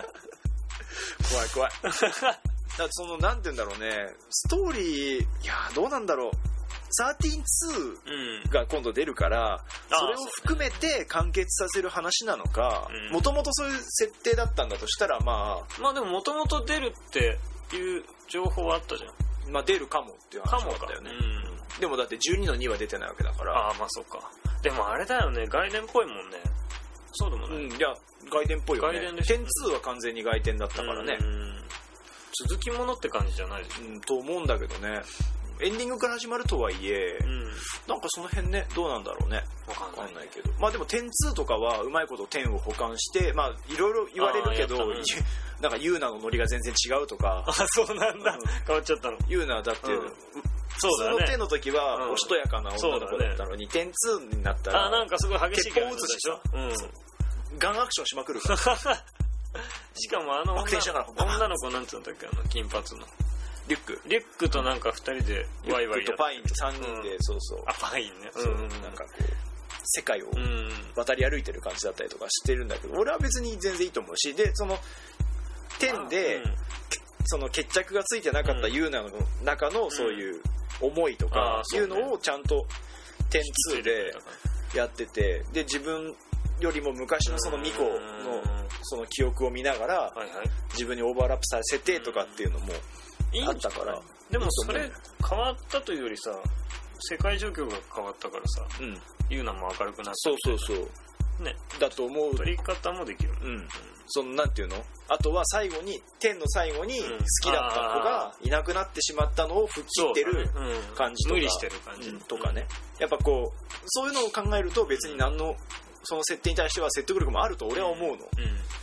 怖いだそのなんて言うんだろうね、ストーリー、いやどうなんだろう、13-2が今度出るから、それを含めて完結させる話なのか、もともとそういう設定だったんだとしたら、まあでももともと出るっていう情報はあったじゃん。 出るかもっていう話だったよね。でもだって12の2は出てないわけだから。 そうか。でもあれだよね、外伝っぽいもんね。そうでもない。 いや外伝っぽいよね。10-2は完全に外伝だったからね。 続きものって感じじゃないでしょ、 と思うんだけどね。エンディングから始まるとはいえ、なんかその辺ね、どうなんだろうね、分かんないけど、でも10-2とかはうまいこと10を補完して、いろいろ言われるけど、なんかユーナのノリが全然違うとか。 そうなんだ、変わっちゃったの。 ユーナだって、普通の10の時はおしとやかな女の子だったのに、10-2になったらなんかすごい激しいキャラ撃つしさ、ガンアクションしまくるからしかも女の子なんつうんだっけ、金髪のリュックとなんか2人でワイワイやって、リュックとパインと3人で、 パインね、 なんかこう世界を渡り歩いてる感じだったりとかしてるんだけど、俺は別に全然いいと思うし、でその10でその決着がついてなかったユーナの中のそういう思いとかいうのをちゃんと10-2でやってて、で自分よりも昔のそのミコのその記憶を見ながら自分にオーバーラップさせてとかっていうのもあったから。 でもそれ変わったというよりさ、世界状況が変わったからさ、ユーナも明るくなった。そうね、だと思う。取り方もできる。 そのなんていうの、あとは最後に10の最後に好きだった子がいなくなってしまったのを吹っ切ってる感じとか、 無理してる感じとかね、やっぱこうそういうのを考えると別に何のその設定に対しては説得力もあると俺は思うの。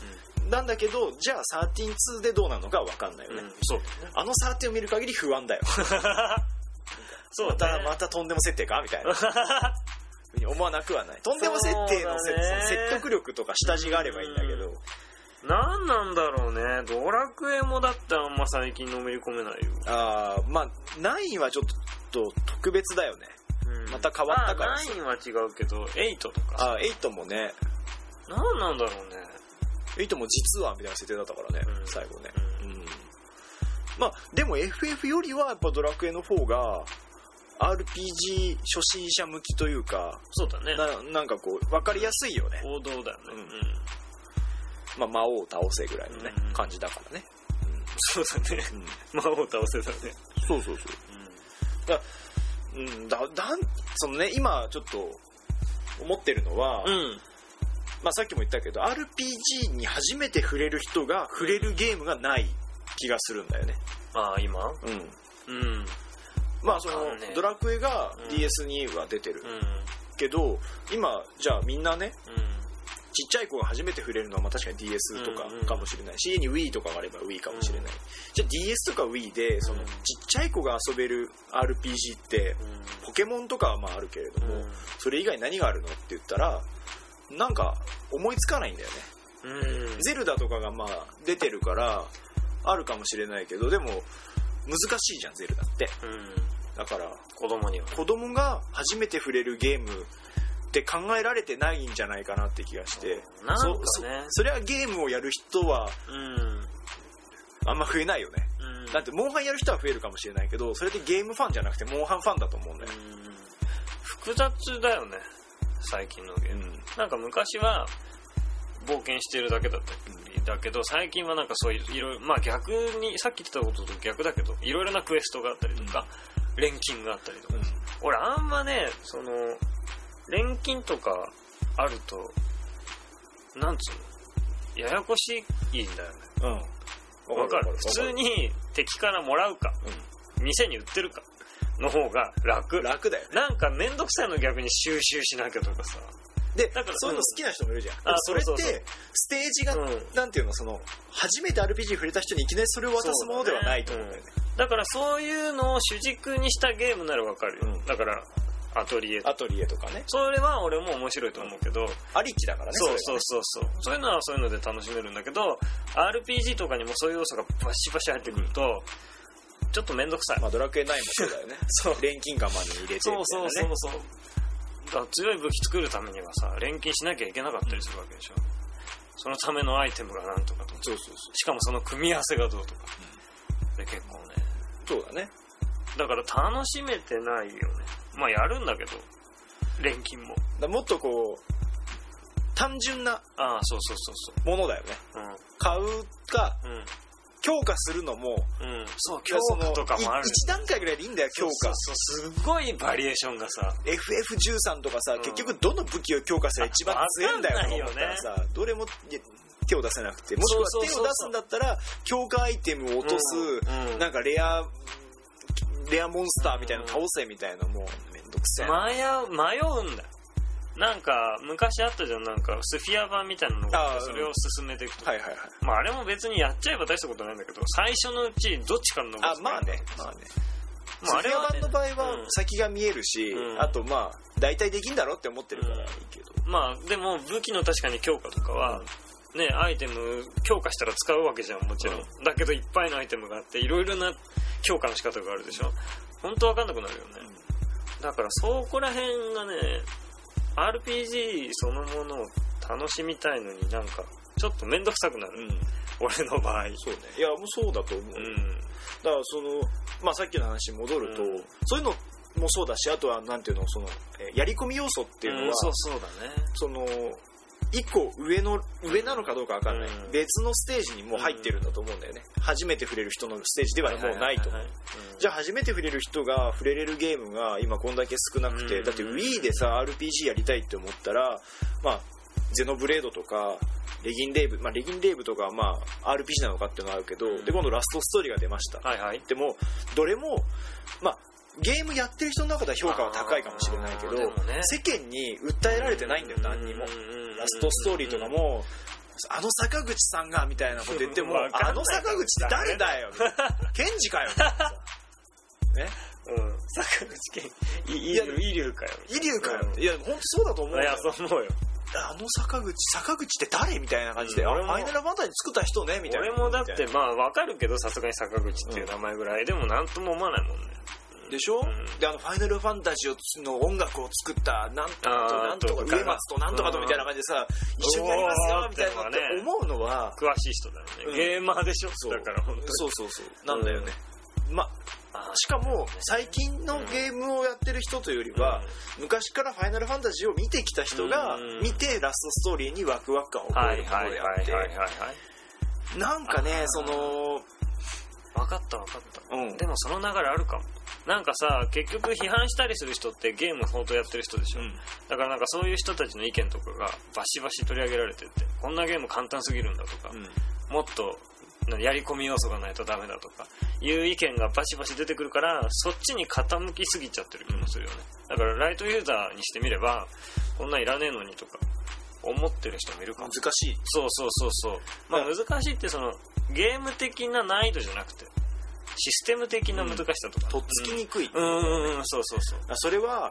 なんだけど、じゃあ13-2でどうなのか分かんないよね、 そうだね。 あの13を見る限り不安だよそう、またとんでも設定かみたいなふうに思わなくはない。とんでも設定の説得力とか下地があればいいんだけど、 なんなんだろうね。ドラクエもだってあんま最近のめり込めないよ。 まあ9はちょっと特別だよね、また変わったから。 9は違うけど8とか。 8もね、 なんなんだろうね。 8も実はみたいな設定だったからね、最後ね。まあでも FF よりはやっぱドラクエの方が RPG 初心者向きというか、 そうだね。 なんかこう分かりやすいよね。 王道だよね。 まあ、魔王を倒せぐらいのね、感じだからね。 そうだね。魔王を倒せだね。 そう。そのね、今ちょっと思ってるのは、まあさっきも言ったけど RPG に初めて触れる人が触れるゲームがない気がするんだよね。 今？ まあそのドラクエが DS には出てるけど、今じゃあみんなね、ちっちゃい子が初めて触れるのはまあ確かに DS とかかもしれないし、家に Wii とかがあれば Wii かもしれない。じゃあ DS とか Wii でそのちっちゃい子が遊べる RPG ってポケモンとかはまああるけれども、それ以外何があるのって言ったらなんか思いつかないんだよね。ゼルダとかがまあ出てるからあるかもしれないけど、でも難しいじゃんゼルダって。だから子供が初めて触れるゲームって考えられてないんじゃないかなって気がして、 なんかね、 それはゲームをやる人はあんま増えないよね。だってモンハンやる人は増えるかもしれないけど、それってゲームファンじゃなくてモンハンファンだと思うんだよ。 複雑だよね最近のゲーム。なんか昔は冒険してるだけだけど、最近はなんかそういういろいろ、まあ逆にさっき言ってたことと逆だけど、いろいろなクエストがあったりとか、錬金があったりとか、俺あんまね、その錬金とかあるとなんつうの、ややこしいんだよね。わかる。普通に敵からもらうか、店に売ってるかの方が楽だよね。なんかめんどくさいの逆に収集しなきゃとかさ。 で、だからそういうの好きな人もいるじゃん。それってステージが、なんていうの、その初めて RPG 触れた人にいきなりそれを渡すものではないと思うんだよね。 だからそういうのを主軸にしたゲームならわかるよ。だからアトリエとかね。それは俺も面白いと思うけど、 ありきだからね。 そうそういうのはそういうので楽しめるんだけど、 RPG とかにもそういう要素がバシバシ入ってくるとちょっとめんどくさい。 まあドラクエ9もそうだよね。錬金釜に入れてみたいなね。 そうだから強い武器作るためにはさ、錬金しなきゃいけなかったりするわけでしょ。そのためのアイテムがなんとかとか、しかもその組み合わせがどうとか、で結構ね。 そうだね。 だから楽しめてないよね。まあやるんだけど、錬金も。 もっとこう単純なものだよね。買うか、強化するのも、 そう、強化とかもある。 1段階ぐらいでいいんだよ、強化。 すごいバリエーションがさ、 FF13 とかさ、結局どの武器を強化すれば一番強いんだよと思ったらさ、どれも手を出せなくて、もしくは手を出すんだったら強化アイテムを落とす、なんかレアモンスターみたいなの倒せみたいな、もうめんどくせえ。 迷うんだよ。なんか昔あったじゃん、なんかスフィア版みたいなのがあって、それを進めていくと、まああれも別にやっちゃえば大したことないんだけど、最初のうちどっちからのまあねスフィア版の場合は先が見えるし、あとまあ大体できんだろって思ってるからいいけど、 まあでも武器の確かに強化とかはね、アイテム強化したら使うわけじゃん、もちろん。だけどいっぱいのアイテムがあっていろいろな強化の仕方があるでしょ。本当わかんなくなるよね。だからそこら辺がね、RPG そのものを楽しみたいのになんかちょっとめんどくさくなる、俺の場合。 そうね。いやもうそうだと思う、だからそのまあさっきの話に戻ると、そういうのもそうだし、あとはなんていうの、そのやり込み要素っていうのは、 そうだね。 その一個上なのかどうか分かんない、別のステージにもう入ってるんだと思うんだよね。初めて触れる人のステージではもうないと思う。じゃあ初めて触れる人が触れれるゲームが今こんだけ少なくて、だって Wii でさ RPG やりたいって思ったら、まあゼノブレードとかレギンレイブ、レギンレイブとかはまあ RPG なのかっていうのはあるけど、で今度ラストストーリーが出ました、でもどれもまあゲームやってる人の中では評価は高いかもしれないけど、世間に訴えられてないんだよ、何にも。ラストストーリーとかもあの坂口さんがみたいなこと言ってもあの坂口って誰だよケンジかよね、 坂口健イリュウかよいや本当そうだと思うよ。 いやそう思うよ。 あの坂口って誰みたいな感じで、ファイナルファンタジー作った人ねみたいな。 俺もだってまあ分かるけどさすがに坂口っていう名前ぐらい、でもなんとも思わないもんね。 でしょ、でファイナルファンタジーの音楽を作ったなんとかとなんとか上松となんとかとみたいな感じでさ、一緒にやりますよみたいなって思うのは詳しい人だよね、ゲーマーでしょ。だから本当にそうなんだよね。しかも最近のゲームをやってる人というよりは、昔からファイナルファンタジーを見てきた人が見てラストストーリーにワクワク感を覚えるものであって、なんかねその分かった、でもその流れあるかも。なんかさ結局批判したりする人ってゲーム相当やってる人でしょ、だからなんかそういう人たちの意見とかがバシバシ取り上げられてって、こんなゲーム簡単すぎるんだとか、もっとやり込み要素がないとダメだとかいう意見がバシバシ出てくるから、そっちに傾きすぎちゃってる気もするよね。だからライトユーザーにしてみればこんなんいらねえのにとか思ってる人もいるかも。 難しい。 そうまあ難しいってそのゲーム的な難易度じゃなくてシステム的な難しさとか、 とっつきにくい、 そうそれは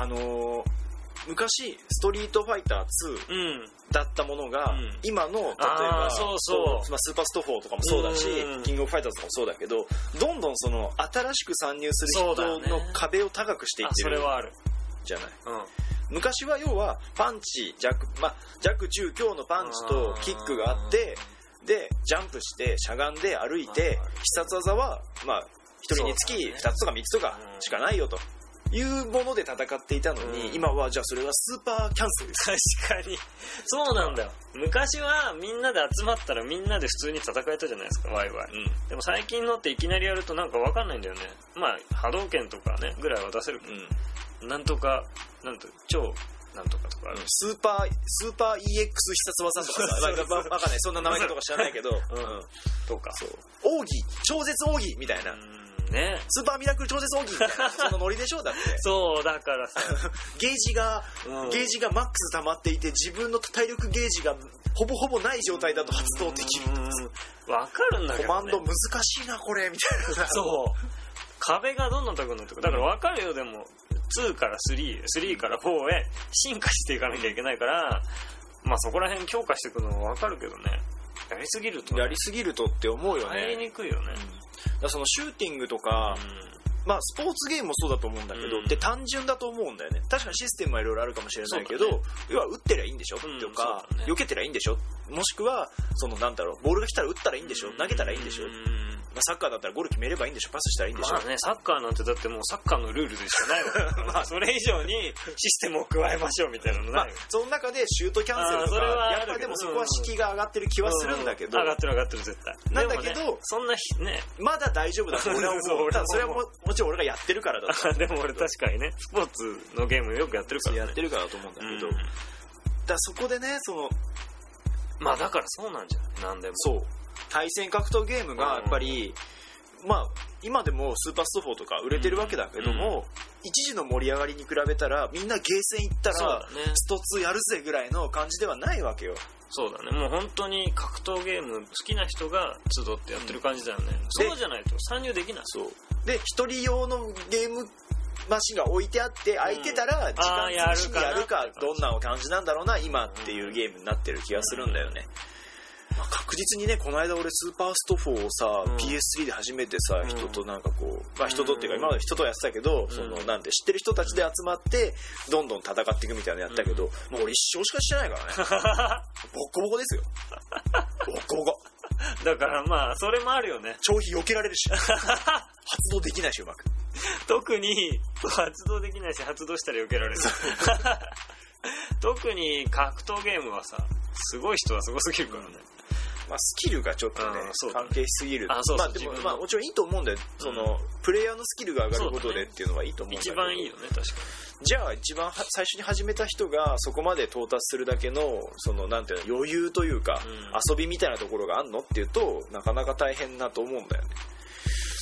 昔ストリートファイター2だったものが、今の例えばスーパースト4とかもそうだし、キングオブファイターズとかもそうだけど、どんどんその新しく参入する人の壁を高くしていってるじゃない、昔は要はパンチ弱中強のパンチとキックがあって、でジャンプしてしゃがんで歩いて、必殺技は1人につき2つとか3つとかしかないよというもので戦っていたのに、今はじゃあそれはスーパーキャンセルです。 確かにそうなんだよ。昔はみんなで集まったらみんなで普通に戦えたじゃないですか、ワイワイ、でも最近のっていきなりやるとなんか分かんないんだよね。波動拳とかねぐらいは出せるけど、なんとか超なんとかとかある、 スーパー EX 必殺技とかさわかんない、そんな名前とか知らないけど、 とか奥義超絶奥義みたいな、 ね、 スーパーミラクル超絶奥義みたいなそのノリでしょ。だってそうだからさゲージがマックス溜まっていて、自分の体力ゲージがほぼほぼない状態だと発動できる。 わかるんだけどね、 コマンド難しいなこれみたいな。 そう壁がどんどん高くなってくる。だからわかるよ。でも2から3から4へ進化していかなきゃいけないから、そこら辺強化していくのはわかるけどね、やりすぎるとって思うよね。入りにくいよね。 だそのシューティングとか、スポーツゲームもそうだと思うんだけど、で単純だと思うんだよね。確かにシステムはいろいろあるかもしれないけど、要は打ってりゃいいんでしょとか、避けてりゃいいんでしょ、もしくはそのボールが来たら打ったらいいんでしょ、投げたらいいんでしょ、サッカーだったらゴール決めればいいんでしょ、パスしたらいいんでしょ。 サッカーなんてだってもうサッカーのルールでしかないわけそれ以上にシステムを加えましょうみたいなのないよ。 その中でシュートキャンセルとかやっぱでもそこは敷居が上がってる気はするんだけど、 上がってる絶対なんだけど、 そんなねまだ大丈夫だと俺は思う。それはもちろん俺がやってるからだとでも俺確かにねスポーツのゲームよくやってるから、 やってるからだと思うんだけど、だそこでねだからそうなんじゃない、なんでもそう対戦格闘ゲームがやっぱり今でもスーパースト4とか売れてるわけだけども、一時の盛り上がりに比べたらみんなゲーセン行ったらスト2やるぜぐらいの感じではないわけよ。 そうだね、もう本当に格闘ゲーム好きな人が集ってやってる感じだよね、そうじゃないと参入できない。 そうで一人用のゲームマシンが置いてあって空いてたら時間潰しにやるかどんな感じなんだろうな今っていうゲームになってる気がするんだよね。確実にね、この間俺スーパースト4をさ、PS3 で初めてさ、人となんかこう、人とっていうか今まで人とやってたけど、なんて知ってる人たちで集まってどんどん戦っていくみたいなのやったけど、もう俺一生しかしてないからねボッコボコですよボッコボコだからそれもあるよね。 長飛避けられるし発動できないしうまく特に発動できないし発動したら避けられる特に格闘ゲームはさすごい人はすごすぎるからね。 スキルがちょっとね関係しすぎる。でももちろんいいと思うんだよ。プレイヤーのスキルが上がることでっていうのはいいと思うんだけど、 一番いいよね確かに。 じゃあ一番最初に始めた人がそこまで到達するだけのなんていうの余裕というか、遊びみたいなところがあんのっていうとなかなか大変だと思うんだよね。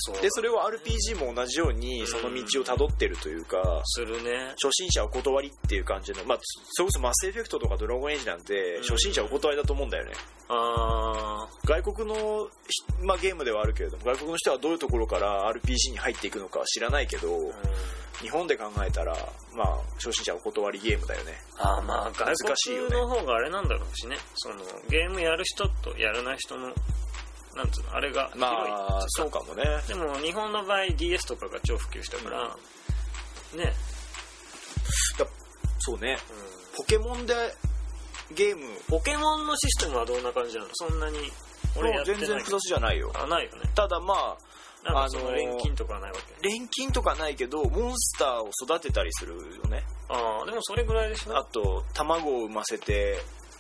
でそれを RPG も同じようにその道をたどってるというか、 するね。 初心者お断りっていう感じの、それこそマスエフェクトとかドラゴンエイジなんて初心者お断りだと思うんだよね。外国の、ゲームではあるけれども、外国の人はどういうところから RPG に入っていくのかは知らないけど、日本で考えたら初心者お断りゲームだよね。 外国の方があれなんだろうしね、そのゲームやる人とやらない人のなんつうのあれが広い。 そうかもね。 でも日本の場合 DS とかが超普及したから、ね。 そうね、ポケモンでゲーム、 ポケモンのシステムはどんな感じなの？そんなに俺やってない。 全然複雑じゃないよ。 ないよね。 ただその錬金とかはないわけ。 錬金とかないけどモンスターを育てたりするよね。 でもそれぐらいでしょ。 あと卵を産ませて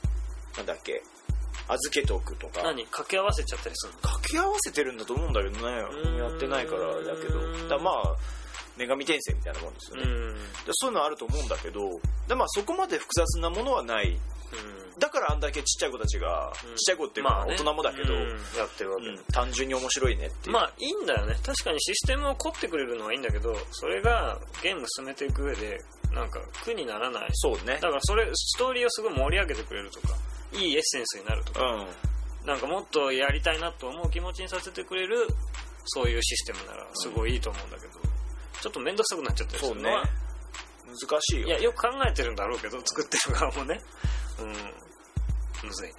預けておくとか。 掛け合わせちゃったりするの？ 掛け合わせてるんだと思うんだけどね。やってないからだけど。女神転生みたいなもんですよね。そういうのあると思うんだけど、そこまで複雑なものはない。だからあんだけちっちゃい子たちが、ちっちゃい子っていうか大人もだけど、 やってるわけ。 単純に面白いねっていう。 いいんだよね。確かにシステムを凝ってくれるのはいいんだけど、それがゲーム進めていく上で苦にならない。 そうね。 だからストーリーをすごい盛り上げてくれるとか、いいエッセンスになるとか、もっとやりたいなと思う気持ちにさせてくれるそういうシステムならすごいいいと思うんだけど、ちょっと面倒くさくなっちゃったりするのは、 難しいよ。 よく考えてるんだろうけど、作ってる側もね、むずいね。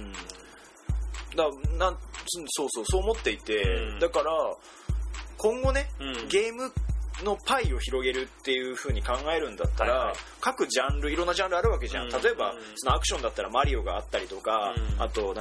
そう思っていて、だから今後ね、ゲームのパイを広げるっていう風に考えるんだったら、各ジャンル、いろんなジャンルあるわけじゃん。例えばそのアクションだったらマリオがあったりとか、あと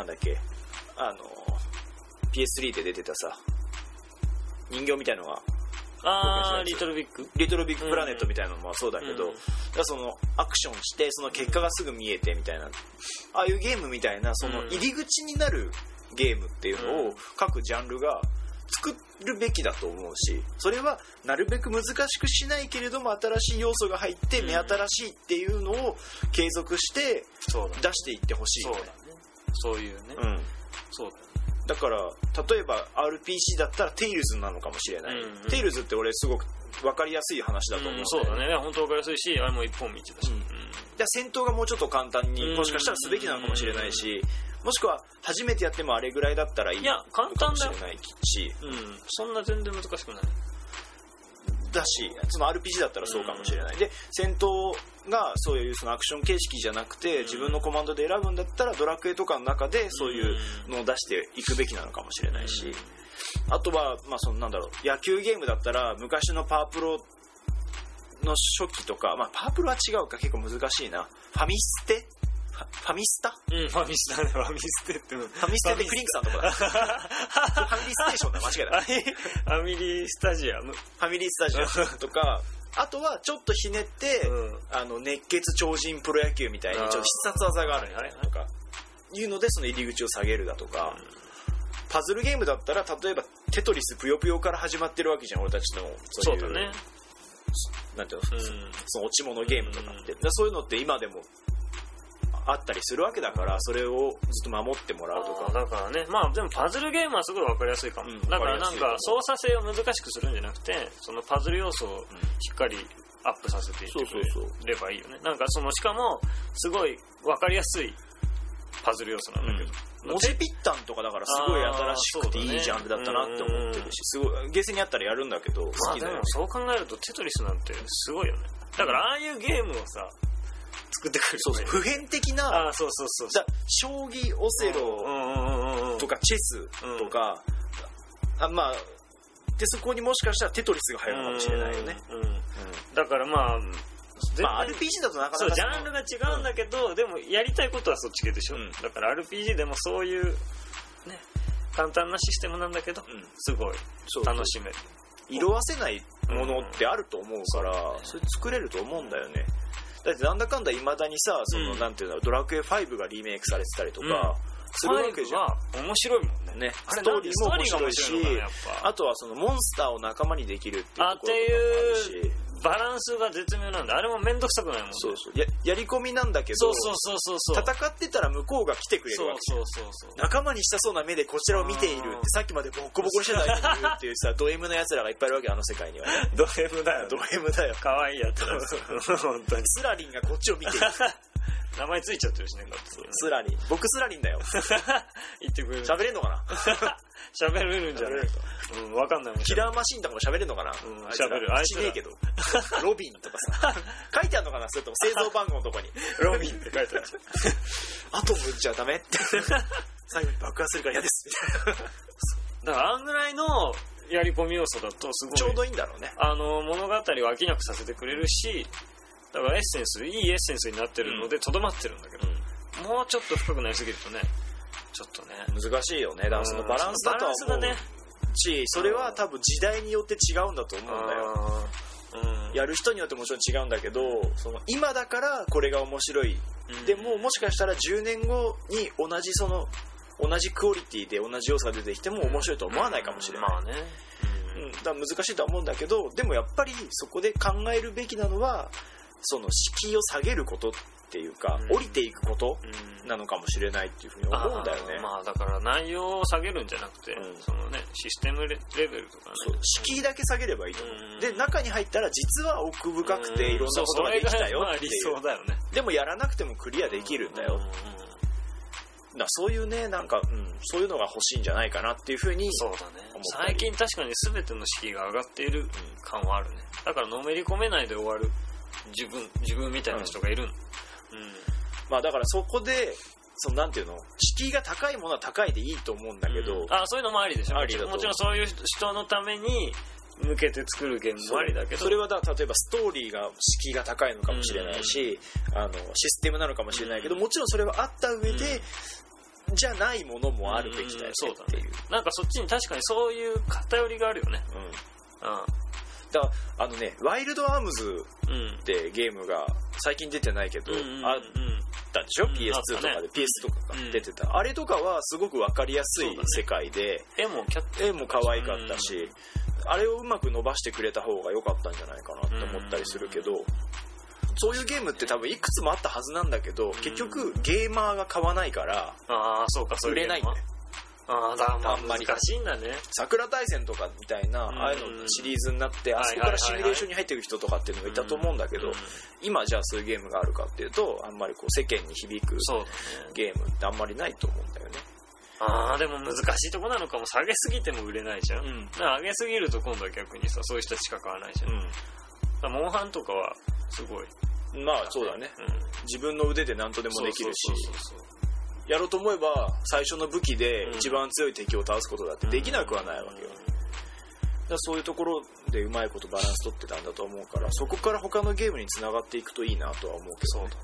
PS3 で出てたさ人形みたいのが、 リトルビッグプラネットみたいなのもそうだけど、そのアクションしてその結果がすぐ見えてみたいな、ああいうゲームみたいなその入り口になるゲームっていうのを各ジャンルが作るべきだと思うし、それはなるべく難しくしないけれども新しい要素が入って目新しいっていうのを継続して出していってほしいよね。 そういうね。そうだね。 だから例えば RPG だったらテイルズなのかもしれない。テイルズって俺すごく分かりやすい話だと思う。 そうだね。本当分かりやすいし、あれも一本道だし。 戦闘がもうちょっと簡単にもしかしたらすべきなのかもしれないし、もしくは初めてやってもあれぐらいだったらいいのかもしれないし、 そんな全然難しくないだし、その RPG だったらそうかもしれない。で戦闘がそういうそのアクション形式じゃなくて自分のコマンドで選ぶんだったらドラクエとかの中でそういうのを出していくべきなのかもしれないし、あとは野球ゲームだったら昔のパワープロの初期とか、パワープロは違うか、結構難しいな。ファミステファミスタ、 ファミスタね。ファミステってファミステってクリンクさんとかだファミリーステーションだ、間違えた。ファミリースタジアム、 ファミリースタジアムとかあとはちょっとひねって、熱血超人プロ野球みたいにちょっと必殺技があるとかいうのでその入り口を下げるだとか、パズルゲームだったら例えばテトリスぷよぷよから始まってるわけじゃん、俺たちのそうだね。 なんていうの、その落ち物ゲームとかって、そういうのって今でもあったりするわけだから、それをずっと守ってもらうとか。 だからね、でもパズルゲームはすごい分かりやすいかも。だから操作性を難しくするんじゃなくて、そのパズル要素をしっかりアップさせていってくれればいいよね。しかもすごい分かりやすいパズル要素なんだけど、 文字ピッタンとかだからすごい新しくていいジャンルだったなって思ってるし、すごいゲーセンにあったらやるんだけど好きだよね。 でもそう考えるとテトリスなんてすごいよね。だからああいうゲームをさ作ってくる、 そう普遍的な、将棋、オセロとかチェスとか、でそこにもしかしたらテトリスが入るかもしれないよね。 だから RPG だとなかなかそうジャンルが違うんだけど、でもやりたいことはそっち系でしょ。だから RPG でもそういうね簡単なシステムなんだけど、すごい楽しめる。 色あせないものってあると思うから、それ作れると思うんだよね。だってなんだかんだ未だにさ、なんていうの、ドラクエ5がリメイクされてたりとかするわけじゃん。 面白いもんね。 ストーリーも面白いし、あとはそのモンスターを仲間にできるっていうところとかもあるし、 バランスが絶妙なんだ。あれもめんどくさくないもんね。 そうそう、やり込みなんだけど、 そう戦ってたら向こうが来てくれるわけ。 そう仲間にしたそうな目でこちらを見ているってさっきまでボッコボコにしてた相手に言うっていうさド M な奴らがいっぱいいるわけ、あの世界にはね。 ド M だよ、 ド M だよ。 可愛いやつだよ本当に。 スラリンがこっちを見ている名前ついちゃってるしね。 スラリン、僕スラリンだよ言ってくれる。 喋れんのかな喋れるんじゃない。分かんないもん。 キラーマシンとかも喋れんのかな。 喋る。あいつねえけどロビンとかさ書いてあるのかな。それとも製造番号のとこにロビンって書いてあるアトムじゃダメって最後に爆破するから嫌ですみたいな。 だからあんぐらいのやり込み要素だとすごいちょうどいいんだろうね。 物語を飽きなくさせてくれるし、だからいいエッセンスになってるのでとどまってるんだけど、もうちょっと深くなりすぎるとね、ちょっとね難しいよね。だからそのバランスだとは思うし、それは多分時代によって違うんだと思うんだよ。やる人によってもちろん違うんだけど、その今だからこれが面白い、でももしかしたら10年後に同じクオリティで同じ要素が出てきても面白いと思わないかもしれない。 まあね。 だから難しいとは思うんだけど、でもやっぱりそこで考えるべきなのはその敷居を下げることっていうか、降りていくことなのかもしれないっていうふうに思うんだよね。 まあだから内容を下げるんじゃなくて、そのねシステムレベルとかね、 そう敷居だけ下げればいいと思う。で中に入ったら実は奥深くていろんなことができたよっていう。 理想だよね。 でもやらなくてもクリアできるんだよ。だそういうね、なんか、そういうのが欲しいんじゃないかなっていうふうにそうだね。最近確かに全ての敷居が上がっている感はあるね。だからのめり込めないで終わる自分みたいな人がいるの。 まあだからそこでなんていうの、敷居が高いものは高いでいいと思うんだけど、 そういうのもありでしょ。もちろんそういう人のために向けて作るゲームもありだけど、 それは例えばストーリーが敷居が高いのかもしれないし、システムなのかもしれないけど、もちろんそれはあった上で、じゃないものもあるべきだよねっていう。 なんかそっちに確かにそういう偏りがあるよね。 だからワイルドアームズってゲームが最近出てないけど、あったでしょ、PS2 とかで、PS とかが出てた、あれとかはすごく分かりやすい世界で、絵も可愛かったし、あれをうまく伸ばしてくれた方が良かったんじゃないかなって思ったりするけど、そういうゲームって多分いくつもあったはずなんだけど、結局ゲーマーが買わないから売れないんだよ。 あんまり難しいんだね。 桜大戦とかみたいなああいうのシリーズになって、あそこからシミュレーションに入ってる人とかっていうのがいたと思うんだけど、今じゃあそういうゲームがあるかっていうと、あんまりこう世間に響くゲームってあんまりないと思うんだよね。 でも難しいとこなのかも。下げすぎても売れないじゃん。上げすぎると今度は逆にさ、そういう人たちしか買わないじゃん。モンハンとかはすごい、 まあそうだね、自分の腕で何とでもできるし、やろうと思えば最初の武器で一番強い敵を倒すことだってできなくはないわけよ。だそういうところでうまいことバランス取ってたんだと思うから、そこから他のゲームにつながっていくといいなとは思うけど、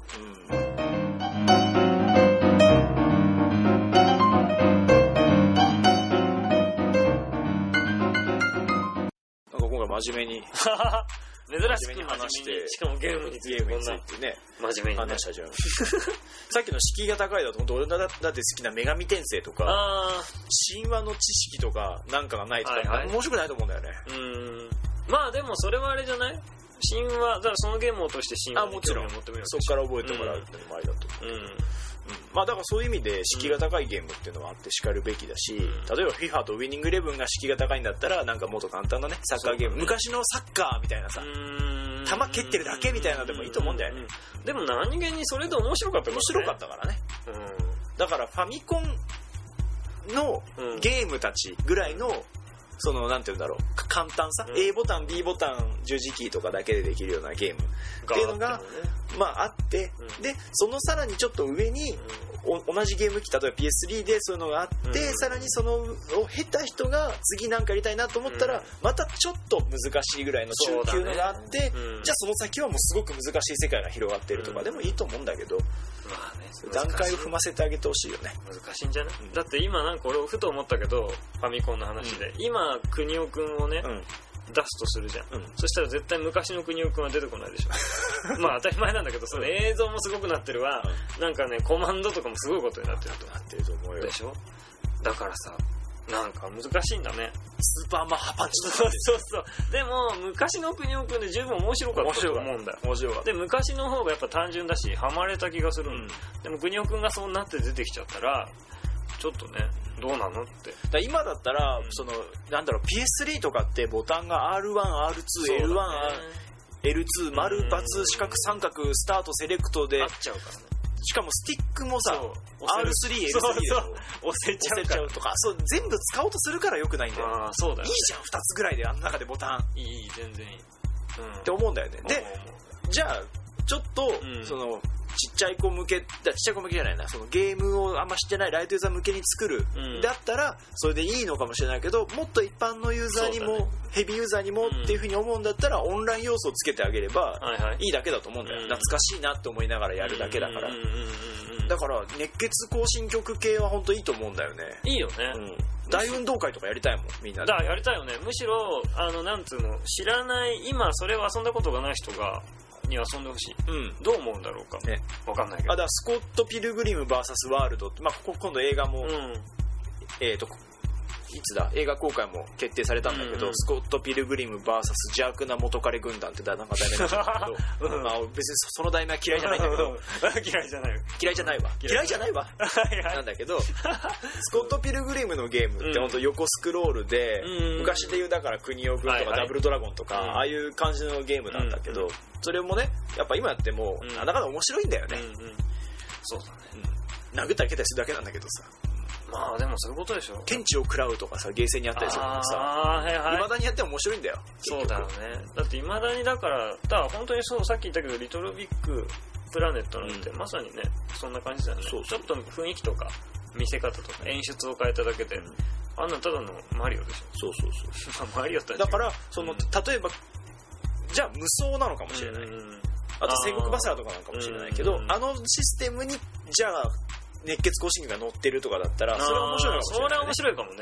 なんか今回真面目に珍しく話して、しかもゲームについてね、 真面目に話したじゃん。さっきの敷居が高いだと、本当俺だって好きな女神転生とか、神話の知識とかなんかがないとか、面白くないと思うんだよね。 まあでもそれはあれじゃない？神話、だからそのゲームを通して神話に興味を持ってみる。 そこから覚えてもらうっていうのもありだと思う。まあだからそういう意味で敷居が高いゲームっていうのはあってしかるべきだし、例えば FIFA とウィニングイレブンが敷居が高いんだったら、なんかもっと簡単なねサッカーゲーム、昔のサッカーみたいなさ、球蹴ってるだけみたいなのでもいいと思うんだよね。 でも何気にそれで面白かったからね。 面白かったからね。だからファミコンのゲームたちぐらいのなんていうんだろう、簡単さ、A ボタン B ボタン十字キーとかだけでできるようなゲームっていうのがまああって、でそのさらにちょっと上に同じゲーム機、例えば PS3 でそういうのがあって、さらにそのを経た人が次なんかやりたいなと思ったら、またちょっと難しいぐらいの中級のがあって、じゃあその先はもうすごく難しい世界が広がっているとかでもいいと思うんだけど、段階を踏ませてあげてほしいよね。 難しいんじゃない？だって今なんか俺ふと思ったけど、ファミコンの話で、今国尾くんをね、出すとするじゃん、そしたら絶対昔の国尾くんは出てこないでしょ。まあ当たり前なんだけど、その映像もすごくなってるわ、なんかねコマンドとかもすごいことになってると思うよ。でしょ。だからさ、なんか難しいんだね。 スーパーマッハパンチとかそうでも昔の国尾くんで十分面白かったと思うんだよ。 面白かった。 で昔の方がやっぱ単純だしハマれた気がする、でも国尾くんがそうなって出てきちゃったらちょっとねどうなのって。 だ今だったら、そのなんだろう PS3 とかってボタンが R1、R2、L1、L2 丸×四角三角スタートセレクトでなっちゃうからね。 しかもスティックもさ R3、L3 で押せちゃうとか、そう全部使おうとするからよくないんだよ。 あ、そうだよね、 いいじゃん2つぐらいであん中でボタンいい全然いい、 って思うんだよね。でじゃあちょっと、そのちっちゃい子向けじゃないな、そのゲームをあんま知ってないライトユーザー向けに作る、だったらそれでいいのかもしれないけど、もっと一般のユーザーにも、ヘビーユーザーにもっていう風に思うんだったら、オンライン要素をつけてあげればいいだけだと思うんだよ、懐かしいなって思いながらやるだけだから、だから熱血行進曲系は本当いいと思うんだよね。 いいよね、 大運動会とかやりたいもん、みんなで。 だやりたいよね。むしろなんつうの、知らない今それを遊んだことがない人がに遊んでほしい、どう思うんだろうか、ね、分かんないけど。 だからスコット・ピルグリム VS ワールドって、まあ、今度映画も、いつだ映画公開も決定されたんだけど、スコット・ピルグリム VS 邪悪な元彼軍団ってなんか題名なんだけど、まあ、別にその題名は嫌いじゃないんだけど嫌いじゃないわなんだけどスコット・ピルグリムのゲームって本当横スクロールで、昔でいうだから国尾軍とかダブルドラゴンとか、ああいう感じのゲームなんだけど、それもねやっぱ今やってもなかなか面白いんだよね。 そうだね、 殴ったり蹴ったりするだけなんだけどさ、 まあでもそういうことでしょ。 天地を食らうとかさ、ゲーセンにあったりするのさ、未だにやっても面白いんだよ。 そうだよね。だって未だにだから本当にそう、さっき言ったけどリトルビッグプラネットなんて、まさにねそんな感じだよね。ちょっと雰囲気とか見せ方とか演出を変えただけで、あんなただのマリオでしょ。そうマリオだからその、例えばじゃあ無双なのかもしれない、あと戦国バサラとかなのかもしれないけど、あのシステムにじゃあ熱血行進曲が乗ってるとかだったら、それは面白いかもしれない、 それは面白いかもね。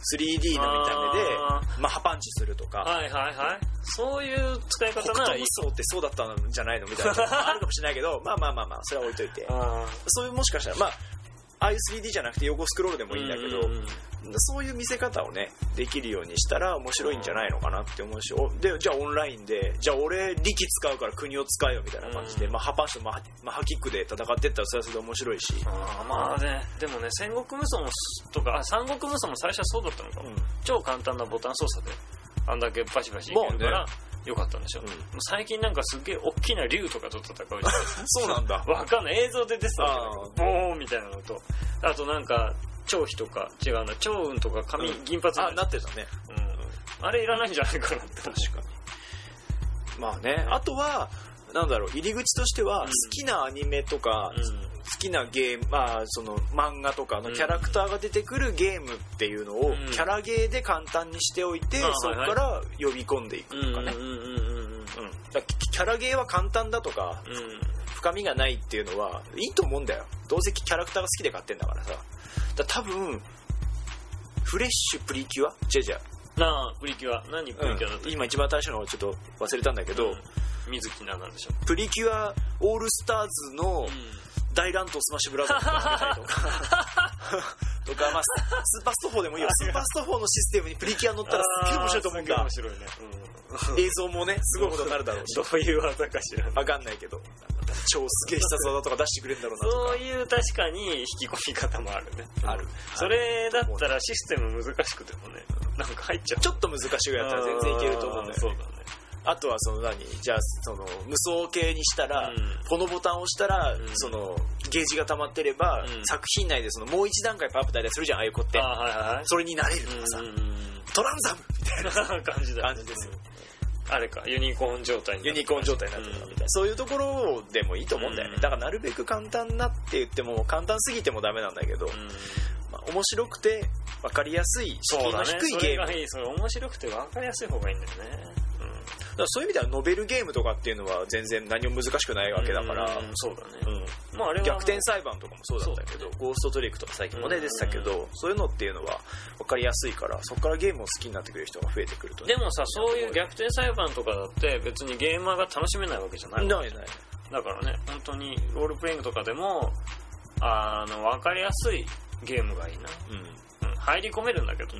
3D の見た目でマッハパンチするとか、 そういう使い方ならいい。 北斗無双ってそうだったんじゃないのみたいなのがあるかもしれないけどまあそれは置いといて、そういうもしかしたらああいう 3D じゃなくて横スクロールでもいいんだけど、そういう見せ方をねできるようにしたら面白いんじゃないのかなって思うし、でじゃあオンラインでじゃあ俺力使うから国を使えよみたいな感じで、マッハパンチとマッハキックで戦ってったらそれはそれで面白いし、 まあね、でもね戦国無双とか三国無双も最初はそうだったのかも、超簡単なボタン操作であんだけバシバシいけるから、よかったんでしょ、最近なんかすげえ大きな竜とかと戦うじゃんそうなんだ、 わかんない、映像で出てたボーンみたいなのと、あとなんか張飛とか違うな、趙雲とか髪、銀髪なってたね、 あれいらないんじゃないかなって。 確かに。まあね、あとはなんだろう、入り口としては好きなアニメとか、好きなゲーム、その漫画とかのキャラクターが出てくるゲームっていうのをキャラゲーで簡単にしておいて、そこから呼び込んでいくとかね。キャラゲーは簡単だとか、深みがないっていうのはいいと思うんだよ。どうせキャラクターが好きで買ってんだからさ。多分フレッシュプリキュアプリキュア何プリキュアだった、 今一番最初のちょっと忘れたんだけど、 水木奈々でしょ。 プリキュアオールスターズの大乱闘スマッシュブラザーズとかとか、まあスーパースト4でもいいよ。スーパースト4のシステムにプリキュア乗ったらすっげえ面白いと思うんだ。 面白いね、 映像もねすごいことになるだろうし、 どういう技かしら分かんないけど超すげえ必殺技とか出してくれるんだろうなとか、 そういう確かに引き込み方もあるね。ある。それだったらシステム難しくてもね、なんか入っちゃう。 ちょっと難しくやったら全然いけると思うんだよね。 そうだね。 あとはじゃあ無双系にしたら、このボタンを押したら、ゲージが溜まってれば、作品内でもう一段階パワーアップだったりするじゃん、ああいう子って、それになれるとかさ、トランザムみたいな感じですよ。あれか、ユニコーン状態になってるみたいな、そういうところでもいいと思うんだよね。だからなるべく簡単なって言っても簡単すぎてもダメなんだけど、面白くて分かりやすい敷居の低いゲーム。 それ面白くて分かりやすい方がいいんだよね。 だからそういう意味ではノベルゲームとかっていうのは全然何も難しくないわけだから、 そうだね、 まあ、あれは逆転裁判とかもそうだったけど、ゴーストトリックとか最近もね出てたけど、そういうのっていうのは分かりやすいから、そこからゲームを好きになってくれる人が増えてくると、 でもさ、そういう逆転裁判とかだって別にゲーマーが楽しめないわけじゃないわけじゃない。だからね、本当にロールプレイングとかでも分かりやすいゲームがいいな、入り込めるんだけど、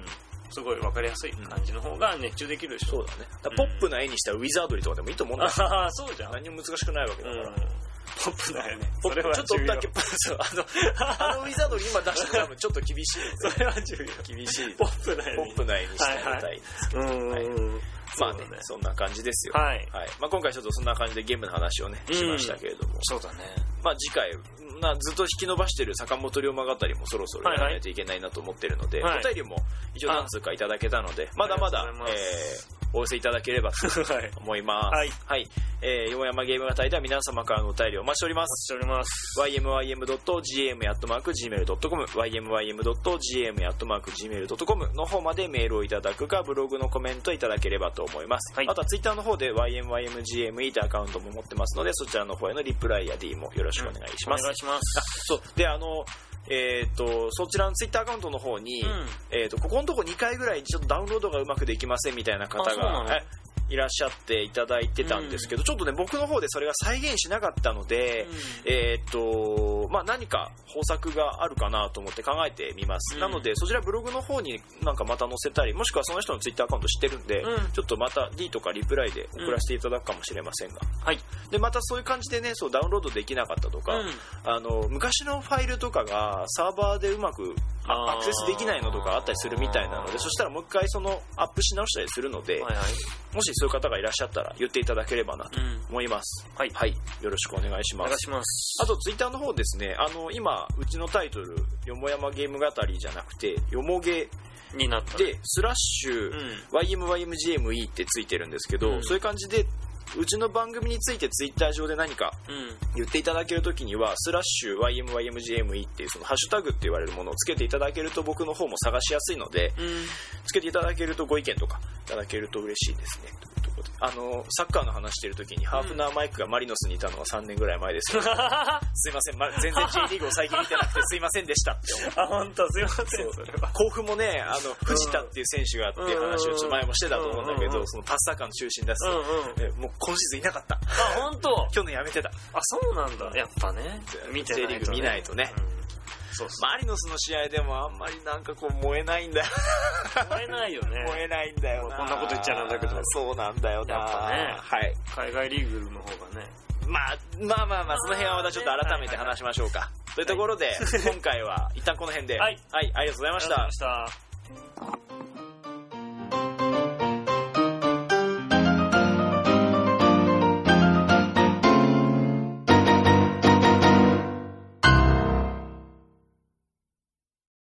すごい分かりやすい感じの方が熱中できるでしょ。 そうだね。だポップな絵にしたらウィザードリーとかでもいいと思うんだよ。 ああ、そうじゃん。 何も難しくないわけだから。 ポップだよね。 それはちょっとだけ、そうあのウィザードリー今出したら多分ちょっと厳しい。 それは重要。 厳しい。 ポップな絵にしてあげたいんですけど。まあね、そんな感じですよ。はい。まあ今回ちょっとそんな感じでゲームの話をね、しましたけれども。 そうだね。 まあ次回、ずっと引き伸ばしてる坂本龍馬語りもそろそろやらないといけないなと思ってるので、お便りも一応何通かいただけたので、まだまだ、お寄せいただければと思います。はい。よもやまゲーム語りでは皆様からのお便りをお待ちしております。ymym.gm@gmail.com ymym.gm@gmail.com の方までメールをいただくか、ブログのコメントいただければと思います。あとはツイッターの方で ymymgme ってアカウントも持ってますので、そちらの方へのリプライや D もよろしくお願いします。 お願いします。 そう。で、そちらのツイッターアカウントの方に、ここのとこ2回ぐらいちょっとダウンロードがうまくできませんみたいな方がいらっしゃっていただいてたんですけど、ちょっとね僕の方でそれが再現しなかったので、まあ何か方策があるかなと思って考えてみます。なのでそちらブログの方になんかまた載せたり、もしくはその人のツイッターアカウント知ってるんで、ちょっとまた D とかリプライで送らせていただくかもしれませんが、でまたそういう感じでね、そうダウンロードできなかったとか、昔のファイルとかがサーバーでうまくアクセスできないのとかあったりするみたいなので、そしたらもう一回そのアップし直したりするので、もしそういう方がいらっしゃったら言っていただければなと思います。はい、よろしくお願いします。 お願いします。 あとツイッターの方ですね、今うちのタイトルよもやまゲーム語りじゃなくてよもげになったでスラッシュ、ymymgme ってついてるんですけど、そういう感じでうちの番組についてツイッター上で何か言っていただけるときには、スラッシュ ymymgme っていうそのハッシュタグって言われるものをつけていただけると僕の方も探しやすいので、つけていただけるとご意見とかいただけると嬉しいですね。サッカーの話してるときにハーフナーマイクがマリノスにいたのは3年ぐらい前ですけど、すいません、全然 J リーグを最近見てなくてすいませんでしたって思って。 本当すいません。それは甲府もね、藤田っていう選手がっていう話をちょっと前もしてたと思うんだけど、そのパスサッカーの中心だし、もう今シーズンいなかった。 本当。 去年やめてた。 そうなんだ。やっぱね、 見てないとね。J リーグ見ないとね。マリノスの試合でもあんまりなんかこう燃えないんだよ。 燃えないよね。 燃えないんだよな。 こんなこと言っちゃなんだけど。 そうなんだよな。 やっぱね、 はい。 海外リーグの方がね。 まあ、その辺はまたちょっと改めて話しましょうか。というところで、今回は一旦この辺で。はい。ありがとうございました。